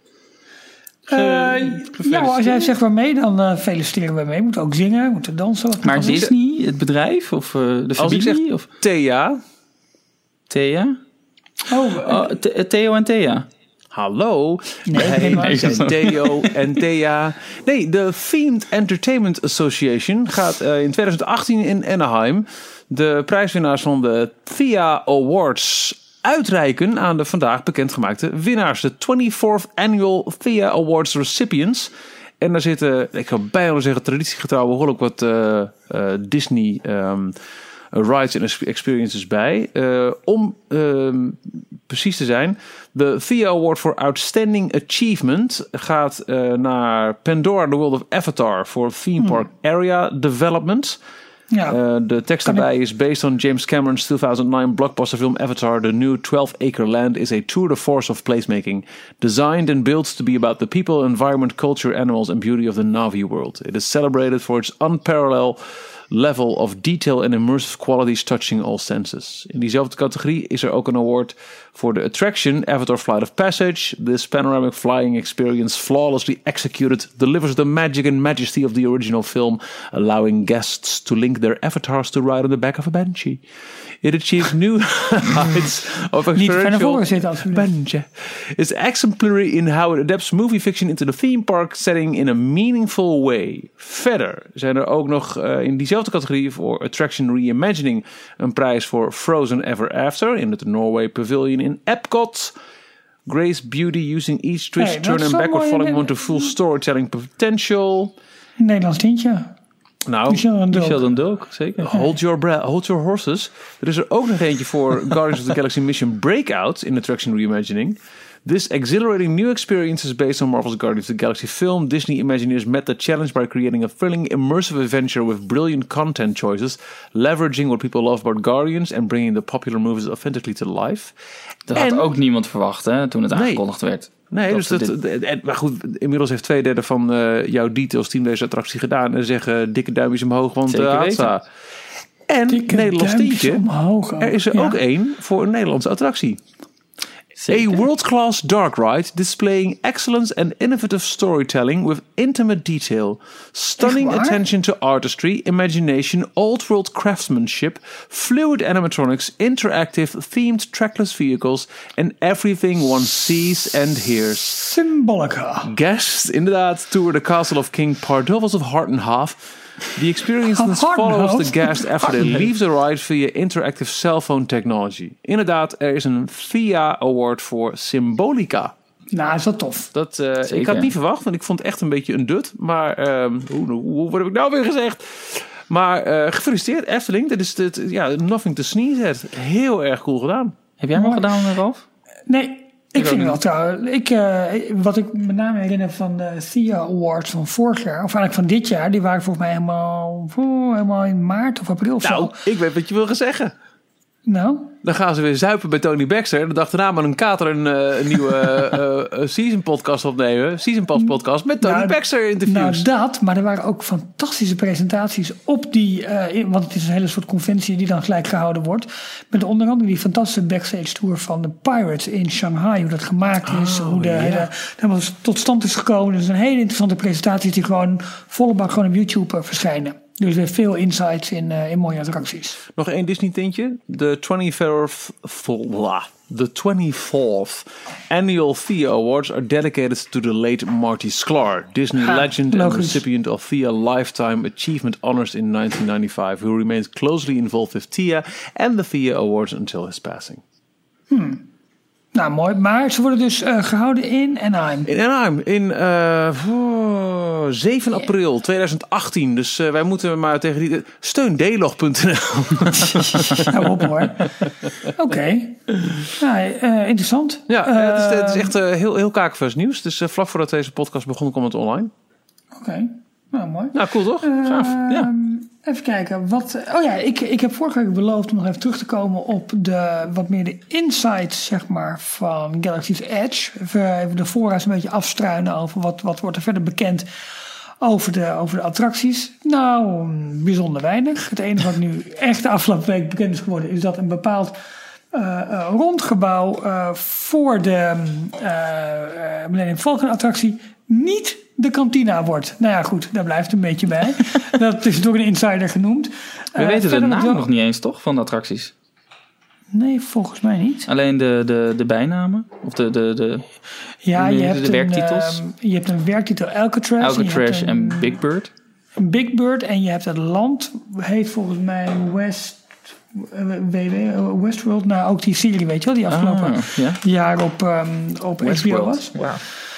Als jij zegt waarmee, dan feliciteren we mee. Moeten ook zingen, moeten dansen. Maar Disney, het bedrijf of de familie? Als ik zeg of? Thea. Thea? Theo en Thea. Hallo. Nee, Theo en Thea. Nee, de Themed Entertainment Association gaat in 2018 in Anaheim de prijswinnaars van de Thea Awards uitreiken aan de vandaag bekendgemaakte winnaars. De 24th Annual Thea Awards Recipients. En daar zitten, ik zou bijna zeggen, traditiegetrouw behoorlijk wat Disney rides en experiences bij. Om precies te zijn, de Thea Award for Outstanding Achievement gaat naar Pandora The World of Avatar voor Theme Park Area Development. Ja. De tekst daarbij is based on James Cameron's 2009 blockbuster film Avatar. The new 12-acre land is a tour de force of placemaking, designed and built to be about the people, environment, culture, animals and beauty of the Na'vi world. It is celebrated for its unparalleled level of detail and immersive qualities touching all senses. In diezelfde categorie is er ook een award voor de attraction Avatar Flight of Passage. This panoramic flying experience, flawlessly executed, delivers the magic and majesty of the original film, allowing guests to link their avatars to ride on the back of a Banshee. It achieves new heights of experiential Banshee. It's exemplary in how it adapts movie fiction into the theme park setting in a meaningful way. Verder zijn er ook nog in diezelfde categorie voor Attraction Reimagining een prijs voor Frozen Ever After in het Norway Pavilion in Epcot. Grace Beauty using each twist, turn and backward falling one to full storytelling potential. Nederlands tintje. Nou, Michel den Dulk, zeker. Hold your breath, hold your horses. Er is er ook nog eentje voor Guardians of the Galaxy Mission Breakout in Attraction Reimagining. This exhilarating new experience is based on Marvel's Guardians of the Galaxy film. Disney Imagineers met the challenge by creating a thrilling, immersive adventure with brilliant content choices, leveraging what people love about Guardians and bringing the popular movies authentically to life. Dat had ook niemand verwacht, hè, toen het aangekondigd werd. Nee, dus maar goed, inmiddels heeft 2/3 van jouw details team deze attractie gedaan en zeggen dikke duimpjes omhoog, want Hatsa. En dikke Nederlands tientje, omhoog, er is er ook één voor een Nederlandse attractie. Zeker. A world-class dark ride displaying excellence and innovative storytelling with intimate detail, stunning attention to artistry, imagination, old-world craftsmanship, fluid animatronics, interactive, themed trackless vehicles, and everything one sees and hears. Symbolica. Guests, inderdaad, tour the castle of King Pardovas of Hartenhof. The experience follows the guest after they leave the ride via interactive cell phone technology. Inderdaad, er is een VIA Award voor Symbolica. Nou, is dat tof. Ik had niet verwacht, want ik vond het echt een beetje een dut. Maar hoe heb ik nou weer gezegd? Maar gefeliciteerd, Efteling. Dat is nothing to sneeze at. Heel erg cool gedaan. Heb jij hem al gedaan, Ralf? Nee. Ik vind het wel trouwens. Wat ik met name herinner van de Thea Awards van vorig jaar, of eigenlijk van dit jaar, die waren volgens mij helemaal in maart of april of zo. Nou, ik weet wat je wil gaan zeggen. Nou? Dan gaan ze weer zuipen bij Tony Baxter. En de dag daarna met een kater een nieuwe Season Podcast opnemen. Season Pass podcast met Tony Baxter interviews. Nou maar er waren ook fantastische presentaties op die, want het is een hele soort conventie die dan gelijk gehouden wordt. Met onder andere die fantastische backstage tour van de Pirates in Shanghai. Hoe dat gemaakt is, hoe helemaal tot stand is gekomen. Dus een hele interessante presentaties die gewoon volle bak gewoon op YouTube verschijnen. Dus weer veel insights in mooie attracties. Nog één Disney tintje. De 24th Annual Thea Awards are dedicated to the late Marty Sklar, Disney legend and recipient of Thea Lifetime Achievement Honors in 1995, who remains closely involved with Thea and the Thea Awards until his passing. Nou, mooi. Maar ze worden dus gehouden in Anaheim. In Anaheim. In 7 april 2018. Dus wij moeten maar tegen die... Steundlog.nl. Nou, op hoor. Oké. Nou, interessant. Ja, het is echt heel kakenvers nieuws. Dus vlak voordat deze podcast begon, kwam het online. Oké. Nou, mooi. Nou, cool toch? Gaaf. Ja. Even kijken. Ik heb vorige week beloofd om nog even terug te komen op wat meer de insights, zeg maar, van Galaxy's Edge. Even de voorraad een beetje afstruinen over wat wordt er verder bekend over de attracties. Nou, bijzonder weinig. Het enige wat nu echt de afgelopen week bekend is geworden, is dat een bepaald rondgebouw voor de Millennium Falcon attractie niet de kantina wordt. Nou ja, goed, daar blijft een beetje bij. Dat is door een insider genoemd. We weten de naam nog niet eens, toch, van de attracties? Nee, volgens mij niet. Alleen de bijnamen? Of de werktitels? Je hebt een werktitel Alcatraz en Big Bird. Big Bird en je hebt het land, heet volgens mij Westworld. Nou, ook die serie, weet je wel, die afgelopen jaar op HBO was. Wow.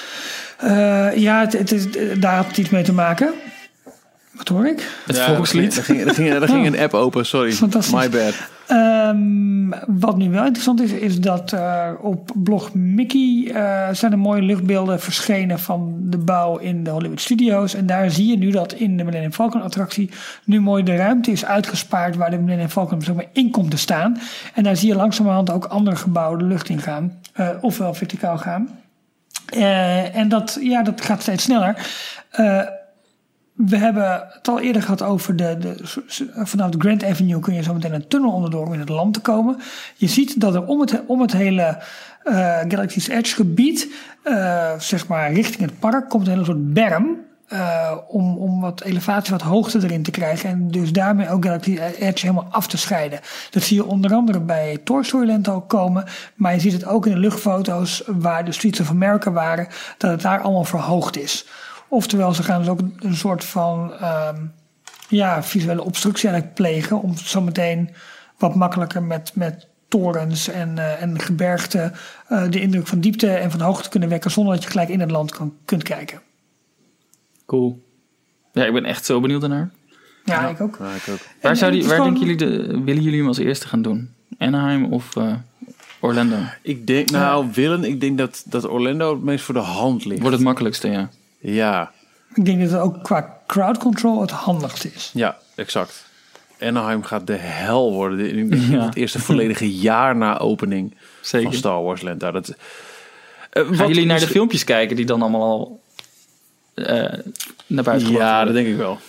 Daar had het iets mee te maken. Wat hoor ik? Het volkslied. Er ging een app open, sorry. My bad. Wat nu wel interessant is dat op blog Mickey zijn er mooie luchtbeelden verschenen van de bouw in de Hollywood Studios. En daar zie je nu dat in de Millennium Falcon attractie nu mooi de ruimte is uitgespaard waar de Millennium Falcon zo maar in komt te staan. En daar zie je langzamerhand ook andere gebouwen de lucht in gaan. Ofwel verticaal gaan. En dat gaat steeds sneller. We hebben het al eerder gehad over vanaf de Grand Avenue kun je zo meteen een tunnel onderdoor om in het land te komen. Je ziet dat er om het hele Galaxy's Edge gebied, zeg maar richting het park, komt een hele soort berm. Om wat elevatie, wat hoogte erin te krijgen. En dus daarmee ook Galaxy's Edge helemaal af te scheiden. Dat zie je onder andere bij Toy Story Land al komen. Maar je ziet het ook in de luchtfoto's waar de Streets of America waren. Dat het daar allemaal verhoogd is. Oftewel, ze gaan dus ook een soort van visuele obstructie eigenlijk plegen. Om zo meteen wat makkelijker met torens en gebergten de indruk van diepte en van hoogte te kunnen wekken. Zonder dat je gelijk in het land kunt kijken. Cool. Ja, ik ben echt zo benieuwd ernaar. Ja, ik ook. Ja, ik ook. Waar denken jullie willen jullie hem als eerste gaan doen? Anaheim of Orlando? Ik denk, ik denk dat Orlando het meest voor de hand ligt. Wordt het makkelijkste, ja. Ja. Ik denk dat het ook qua crowd control het handigste is. Ja, exact. Anaheim gaat de hel worden. Ik denk het eerste volledige jaar na opening van Star Wars Land. Gaan jullie naar de filmpjes kijken die dan allemaal al naar buiten gebracht Ja, worden? dat denk ik wel.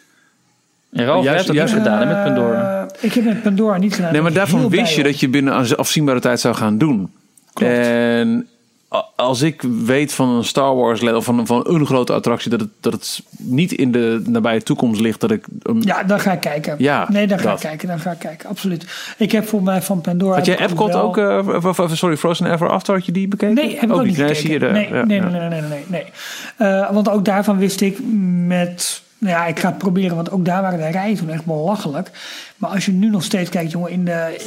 En Ralf, jij hebt dat niet gedaan met Pandora. Ik heb met Pandora niet gedaan. Nee, maar daarvan wist je dat je binnen afzienbare tijd zou gaan doen. Klopt. En als ik weet van een Star Wars Land of van een grote attractie dat het niet in de nabije toekomst ligt, dat ik ja, dan ga ik kijken. Ja, nee, dan ga ik kijken. Absoluut. Ik heb voor mij van Pandora. Had jij Epcot ook? Frozen Ever After, had je die bekeken? Nee, heb ik ook niet gekeken. Nee. Want ook daarvan wist ik met. Nou ja, ik ga het proberen, want ook daar waren de rijen toen echt belachelijk. Maar als je nu nog steeds kijkt, jongen, in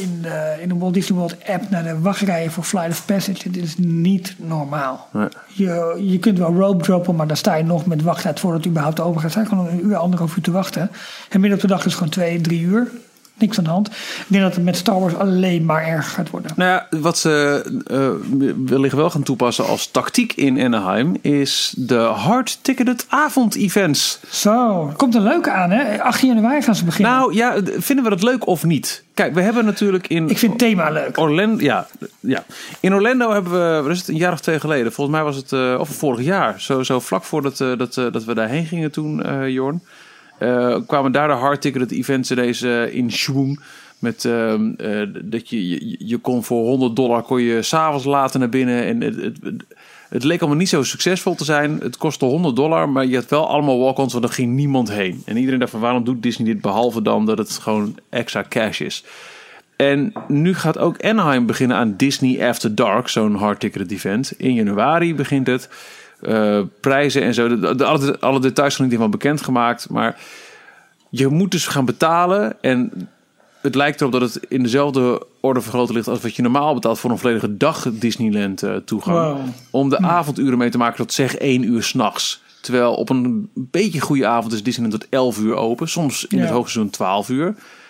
de Walt Disney World app naar de wachtrijen voor Flight of Passage, dit is niet normaal. Nee. Je kunt wel rope droppen, maar dan sta je nog met wachttijd voordat het überhaupt open gaat. Sta je gewoon een uur, 1,5 uur te wachten. En midden op de dag is het gewoon 2-3 uur. Niks aan de hand. Ik denk dat het met Star Wars alleen maar erger gaat worden. Nou ja, wat ze wellicht wel gaan toepassen als tactiek in Anaheim is de hard-ticketed avond-events. Zo, er komt een leuke aan, hè? 18 januari gaan ze beginnen. Nou ja, vinden we dat leuk of niet? Kijk, we hebben natuurlijk in... Ik vind het thema leuk. Orlando, ja. In Orlando hebben we, wat is het, een jaar of 2 geleden. Volgens mij was het, of vorig jaar. Zo vlak voordat dat we daarheen gingen toen, Jorn. Kwamen daar de hard-ticketed events ineens in schwung. Met dat je kon voor $100 kon je 's avonds later naar binnen. En het leek allemaal niet zo succesvol te zijn. Het kostte $100, maar je had wel allemaal walk-ons, want er ging niemand heen. En iedereen dacht van, waarom doet Disney dit? Behalve dan dat het gewoon extra cash is. En nu gaat ook Anaheim beginnen aan Disney After Dark, zo'n hard-ticketed event. In januari begint het. Prijzen en zo. Alle details zijn niet helemaal bekendgemaakt. Maar je moet dus gaan betalen. En het lijkt erop dat het in dezelfde orde van grootte ligt als wat je normaal betaalt voor een volledige dag Disneyland toegang. Wow. Om de avonduren mee te maken tot zeg 1 uur 's nachts. Terwijl op een beetje goede avond is Disneyland tot 11 uur open. Soms in het hoogseizoen 12 uur.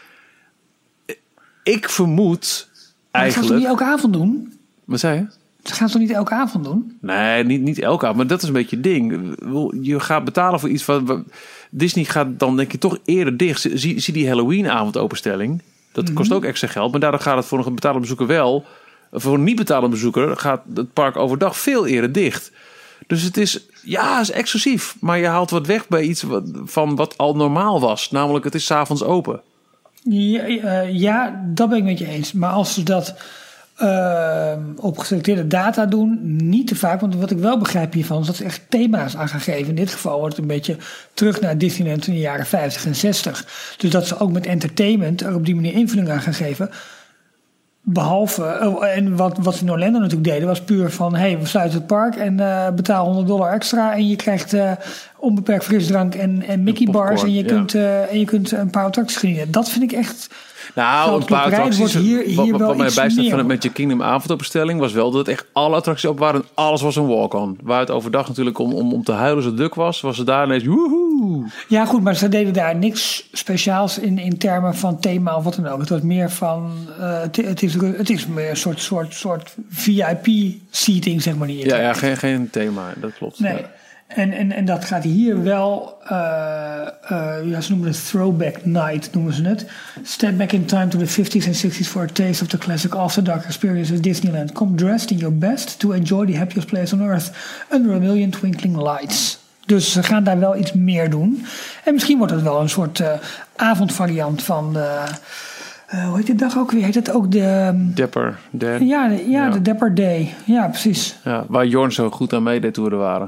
Ik vermoed eigenlijk... Gaan ze niet elke avond doen? Wat zei je? Ze gaan het toch niet elke avond doen? Nee, niet elke avond. Maar dat is een beetje het ding. Je gaat betalen voor iets van... Disney gaat dan denk ik toch eerder dicht. Zie die Halloween avondopenstelling. Dat kost ook extra geld. Maar daardoor gaat het voor een betalende bezoeker wel. Voor een niet betalende bezoeker gaat het park overdag veel eerder dicht. Dus het is exclusief. Maar je haalt wat weg bij iets van wat al normaal was. Namelijk het is 's avonds open. Ja, dat ben ik met je eens. Maar als ze dat... op geselecteerde data doen, niet te vaak. Want wat ik wel begrijp hiervan is dat ze echt thema's aan gaan geven. In dit geval wordt het een beetje terug naar Disneyland in de jaren 50 en 60. Dus dat ze ook met entertainment er op die manier invulling aan gaan geven. Behalve, en wat ze in Orlando natuurlijk deden, was puur van, we sluiten het park en betaal $100 extra en je krijgt onbeperkt frisdrank en Mickey bars en je kunt een paar attracties genieten. Dat vind ik echt... Nou, een paar attracties. Wat mij bijstaat van het Magic Kingdom avondopenstelling was wel dat echt alle attracties op waren en alles was een walk-on. Waar het overdag natuurlijk om te huilen zo druk was ze daar ineens woehoe. Ja goed, maar ze deden daar niks speciaals in termen van thema of wat dan ook. Het was meer van, het is meer een soort VIP-seating, zeg maar. Ja, geen thema, dat klopt. Nee. Ja. En dat gaat hier wel, ze noemen het Throwback Night, noemen ze het. Step back in time to the 50s and 60s for a taste of the classic After Dark experience at Disneyland. Come dressed in your best to enjoy the happiest place on earth under a million twinkling lights. Dus ze gaan daar wel iets meer doen. En misschien wordt het wel een soort avondvariant van de... hoe heet die dag ook weer? Heet het ook de... Dapper Day. Ja, de Dapper Day. Ja, precies. Ja, waar Jorn zo goed aan meedeed toen we er waren.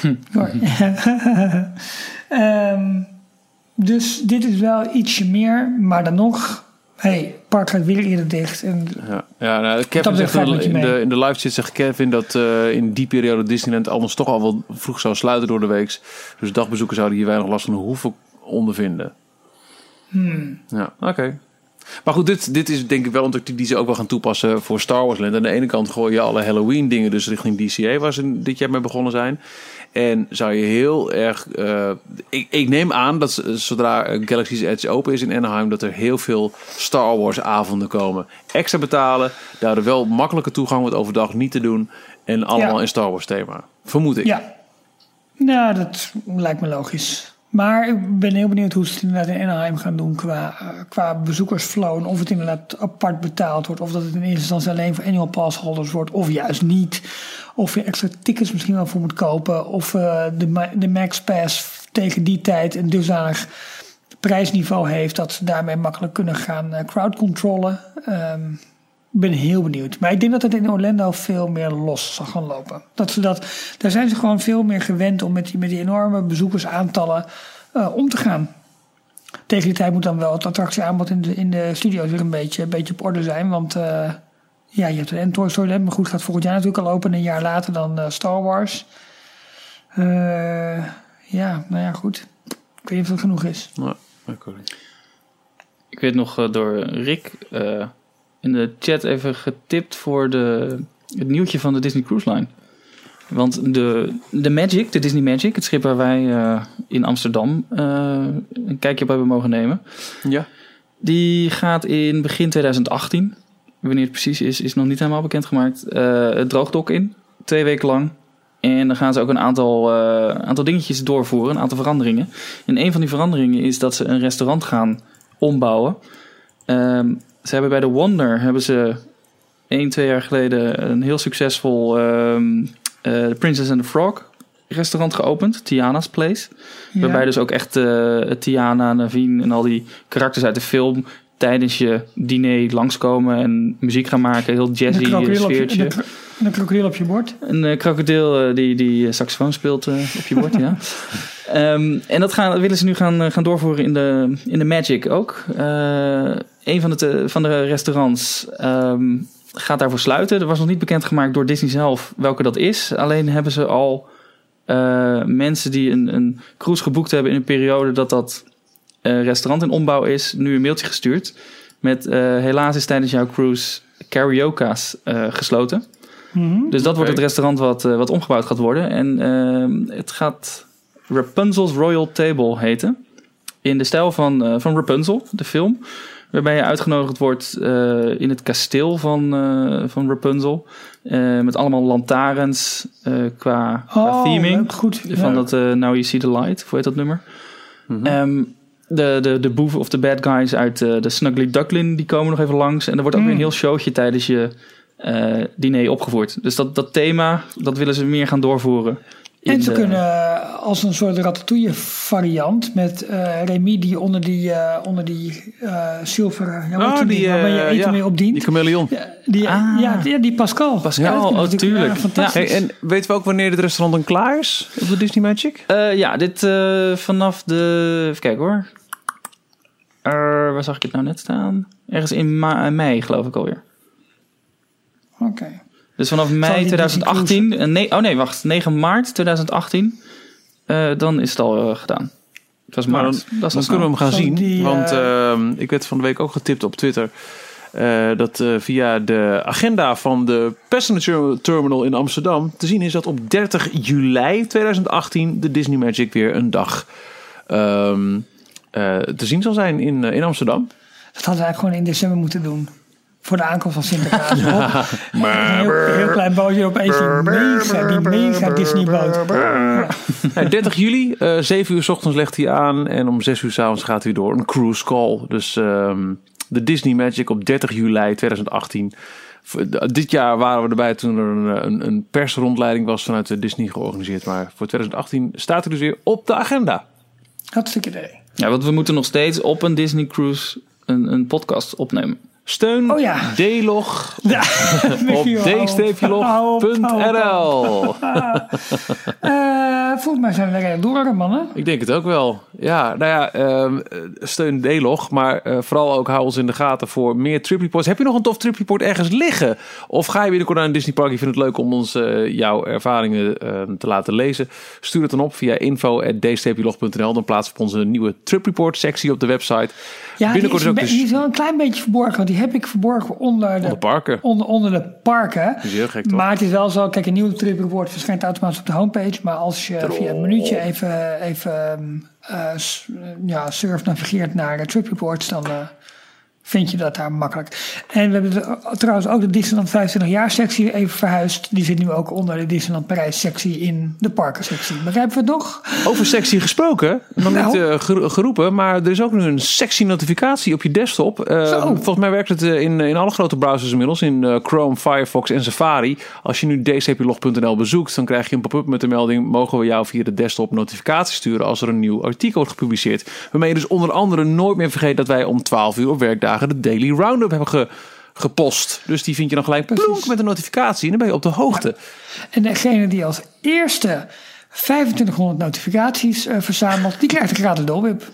Dus dit is wel ietsje meer. Maar dan nog... Hey, park gaat weer eerder dicht. En Kevin zegt in de live chat, zegt Kevin dat in die periode Disneyland anders toch al wel vroeg zou sluiten door de week. Dus dagbezoekers zouden hier weinig last van hoeven ondervinden. Ja, oké. Maar goed, dit is denk ik wel een tactiek die ze ook wel gaan toepassen voor Star Wars Land. Aan de ene kant gooi je alle Halloween dingen dus richting DCA, waar ze dit jaar mee begonnen zijn. En zou je heel erg... Ik neem aan dat zodra Galaxy's Edge open is in Anaheim, dat er heel veel Star Wars avonden komen. Extra betalen, daar er wel makkelijke toegang wordt overdag niet te doen. En allemaal in Star Wars thema. Vermoed ik. Ja, nou, dat lijkt me logisch. Maar ik ben heel benieuwd hoe ze het inderdaad in Anaheim gaan doen qua bezoekersflow. En of het inderdaad apart betaald wordt. Of dat het in eerste instantie alleen voor annual pass holders wordt. Of juist niet. Of je extra tickets misschien wel voor moet kopen. Of de Max Pass tegen die tijd een dusdanig prijsniveau heeft dat ze daarmee makkelijk kunnen gaan crowd controllen. Ik ben heel benieuwd. Maar ik denk dat het in Orlando veel meer los zal gaan lopen. Daar zijn ze gewoon veel meer gewend om met die enorme bezoekersaantallen om te gaan. Tegen die tijd moet dan wel het attractieaanbod in de studio's weer een beetje op orde zijn. Want je hebt een Toy Story Land, maar goed, gaat volgend jaar natuurlijk al open. Een jaar later dan Star Wars. Goed. Ik weet niet of dat genoeg is. Ja, ik weet nog door Rick... in de chat even getipt voor het nieuwtje van de Disney Cruise Line. Want de Magic, de Disney Magic, het schip waar wij in Amsterdam een kijkje op hebben mogen nemen. Ja. Die gaat in begin 2018, wanneer het precies is nog niet helemaal bekendgemaakt, het droogdok in. 2 weken lang. En dan gaan ze ook een aantal dingetjes doorvoeren, een aantal veranderingen. En een van die veranderingen is dat ze een restaurant gaan ombouwen. Ze hebben bij de Wonder 2 jaar geleden een heel succesvol The Princess and the Frog restaurant geopend, Tiana's Place. Ja. Waarbij dus ook echt Tiana, Naveen en al die karakters uit de film tijdens je diner langskomen en muziek gaan maken. Heel jazzy sfeertje. Een krokodil op je bord. Een krokodil die saxofoon speelt op je bord, ja. En dat willen ze nu gaan doorvoeren in de Magic ook. Een van de restaurants gaat daarvoor sluiten. Er was nog niet bekendgemaakt door Disney zelf welke dat is. Alleen hebben ze al mensen die een cruise geboekt hebben in een periode dat restaurant in ombouw is, nu een mailtje gestuurd. Met helaas is tijdens jouw cruise karaoke's gesloten. Mm-hmm. Dus dat wordt het restaurant wat omgebouwd gaat worden. En het gaat Rapunzel's Royal Table heten. In de stijl van Rapunzel, de film. Waarbij je uitgenodigd wordt in het kasteel van Rapunzel. Met allemaal lantaarns qua theming. Leuk, goed. Van dat Now You See The Light, hoe heet dat nummer? Mm-hmm. De boeven of de bad guys uit de Snuggly Duckling, die komen nog even langs. En er wordt ook weer een heel showtje tijdens je diner opgevoerd. Dus dat thema, dat willen ze meer gaan doorvoeren. En ze kunnen als een soort ratatouille variant met Remy die onder die zilveren... waar je eten mee opdient. Die chameleon. Die Pascal. Pascal, tuurlijk. Fantastisch. Hey, en weten we ook wanneer dit restaurant dan klaar is op de Disney Magic? Dit vanaf de... Even kijken hoor. Waar zag ik het nou net staan? Ergens in mei geloof ik alweer. Oké. Dus vanaf mei 2018... 9 maart 2018... dan is het al gedaan. Het was maart. Dan kunnen we hem gaan zien. Want ik werd van de week ook getipt op Twitter... dat via de agenda van de Passenger Terminal in Amsterdam... te zien is dat op 30 juli 2018... de Disney Magic weer een dag te zien zal zijn in Amsterdam. Dat hadden we eigenlijk gewoon in december moeten doen. Voor de aankomst van Sinterklaas. Een heel klein bootje opeens. Die mega Disney boot. Ja. 30 juli, 7 uur 's ochtends legt hij aan. En om 6 uur 's avonds gaat hij door. Een cruise call. Dus de Disney Magic op 30 juli 2018 Dit jaar waren we erbij toen er een persrondleiding was vanuit de Disney georganiseerd. Maar voor 2018 staat er dus weer op de agenda. Hartstikke idee. Ja, want we moeten nog steeds op een Disney Cruise een podcast opnemen. Steun D-log op d-log.nl. Volgens mij zijn we er door, mannen. Ik denk het ook wel. Ja, nou ja, steun D-log, maar vooral ook hou ons in de gaten voor meer trip reports. Heb je nog een tof trip report ergens liggen? Of ga je binnenkort naar een Disney park? Je vindt het leuk om ons jouw ervaringen te laten lezen? Stuur het dan op via info@d-log.nl. Dan plaatsen we onze nieuwe trip report sectie op de website. Ja, die is wel een klein beetje verborgen, want die heb ik verborgen onder de parken. Onder de parken. Dat is heel gek, toch? Maar het is wel zo, kijk, een nieuwe trip report verschijnt automatisch op de homepage. Maar als je via het minuutje even surf navigeert naar trip reports, dan vind je dat daar makkelijk. En we hebben trouwens ook de Disneyland 25 jaar sectie even verhuisd. Die zit nu ook onder de Disneyland Parijs sectie in de parken sectie. Begrijpen we het nog? Over sectie gesproken, nog niet geroepen, maar er is ook nu een sectie notificatie op je desktop. Volgens mij werkt het in alle grote browsers inmiddels, in Chrome, Firefox en Safari. Als je nu dcplog.nl bezoekt, dan krijg je een pop-up met de melding: mogen we jou via de desktop notificaties sturen als er een nieuw artikel wordt gepubliceerd. Waarmee je dus onder andere nooit meer vergeet dat wij om 12 uur op werkdagen de Daily Roundup hebben gepost. Dus die vind je dan gelijk plonk met een notificatie en dan ben je op de hoogte. Ja. En degene die als eerste 2500 notificaties verzamelt, die krijgt een gratis dolwip.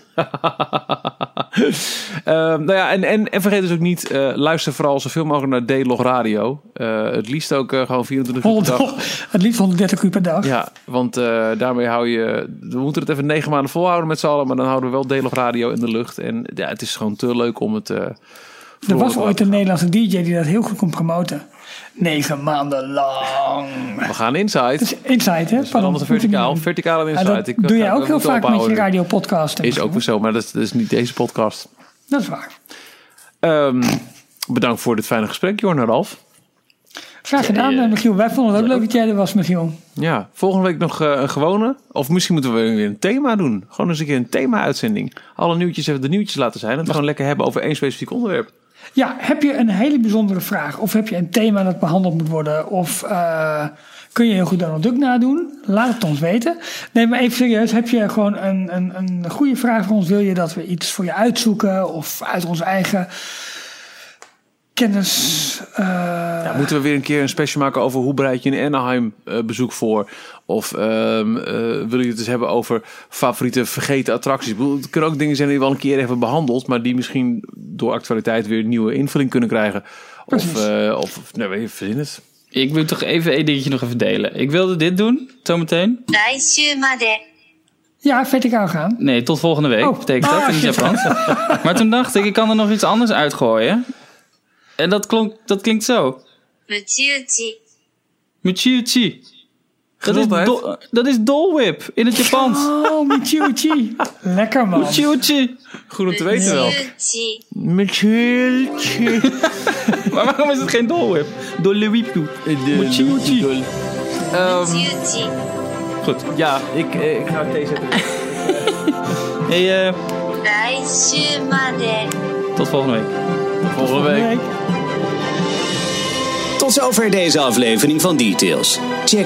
En vergeet dus ook niet, luister vooral zoveel mogelijk naar D-Log Radio. Het liefst ook gewoon 24 uur per dag. Het liefst 130 uur per dag. Ja, want daarmee hou je... We moeten het even 9 maanden volhouden met z'n allen, maar dan houden we wel D-Log Radio in de lucht. En ja, het is gewoon te leuk om het... Er was ooit een Nederlandse DJ die dat heel goed kon promoten. 9 maanden lang. We gaan inside. Dat is inside, hè? Dus anders verticaal. Verticaal en inside. Dat doe jij ook heel vaak met je radiopodcast. Is ook weer zo, maar dat is niet deze podcast. Dat is waar. Bedankt voor dit fijne gesprek, Jorn en Ralf. Graag gedaan, Michiel. Wij vonden het ook leuk dat jij er was, Michiel. Ja, volgende week nog een gewone. Of misschien moeten we weer een thema doen. Gewoon eens een keer een thema-uitzending. Alle nieuwtjes even de nieuwtjes laten zijn. En het gewoon lekker hebben over één specifiek onderwerp. Ja, heb je een hele bijzondere vraag? Of heb je een thema dat behandeld moet worden? Of kun je heel goed Donald Duck nadoen? Laat het ons weten. Nee, maar even serieus. Heb je gewoon een goede vraag voor ons? Wil je dat we iets voor je uitzoeken? Of uit onze eigen kennis... moeten we weer een keer een special maken over hoe bereid je een Anaheim bezoek voor? Of wil je het eens hebben over favoriete vergeten attracties? Het kunnen ook dingen zijn die we al een keer hebben behandeld, maar die misschien door actualiteit weer een nieuwe invulling kunnen krijgen. Nee, verzin het. Ik wil toch even één dingetje nog even delen. Ik wilde dit doen, zometeen. Ja, verticaal gaan. Nee, tot volgende week, betekent dat in het Japans. Maar toen dacht ik kan er nog iets anders uitgooien. En dat klinkt zo. Michiuchi. Dat is Dole Whip in het Japans. Oh, Michiuchi. Lekker, man. Michiuchi. Goed om te weten wel. Michiuchi. Maar waarom is het geen Dole Whip? Dole Whip. Michiuchi. Goed. Ja, ik ga thee zetten. Hey, tot volgende week. Volgende week. Tot zover deze aflevering van Details. Check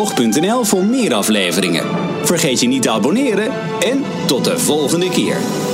d-log.nl voor meer afleveringen. Vergeet je niet te abonneren en tot de volgende keer.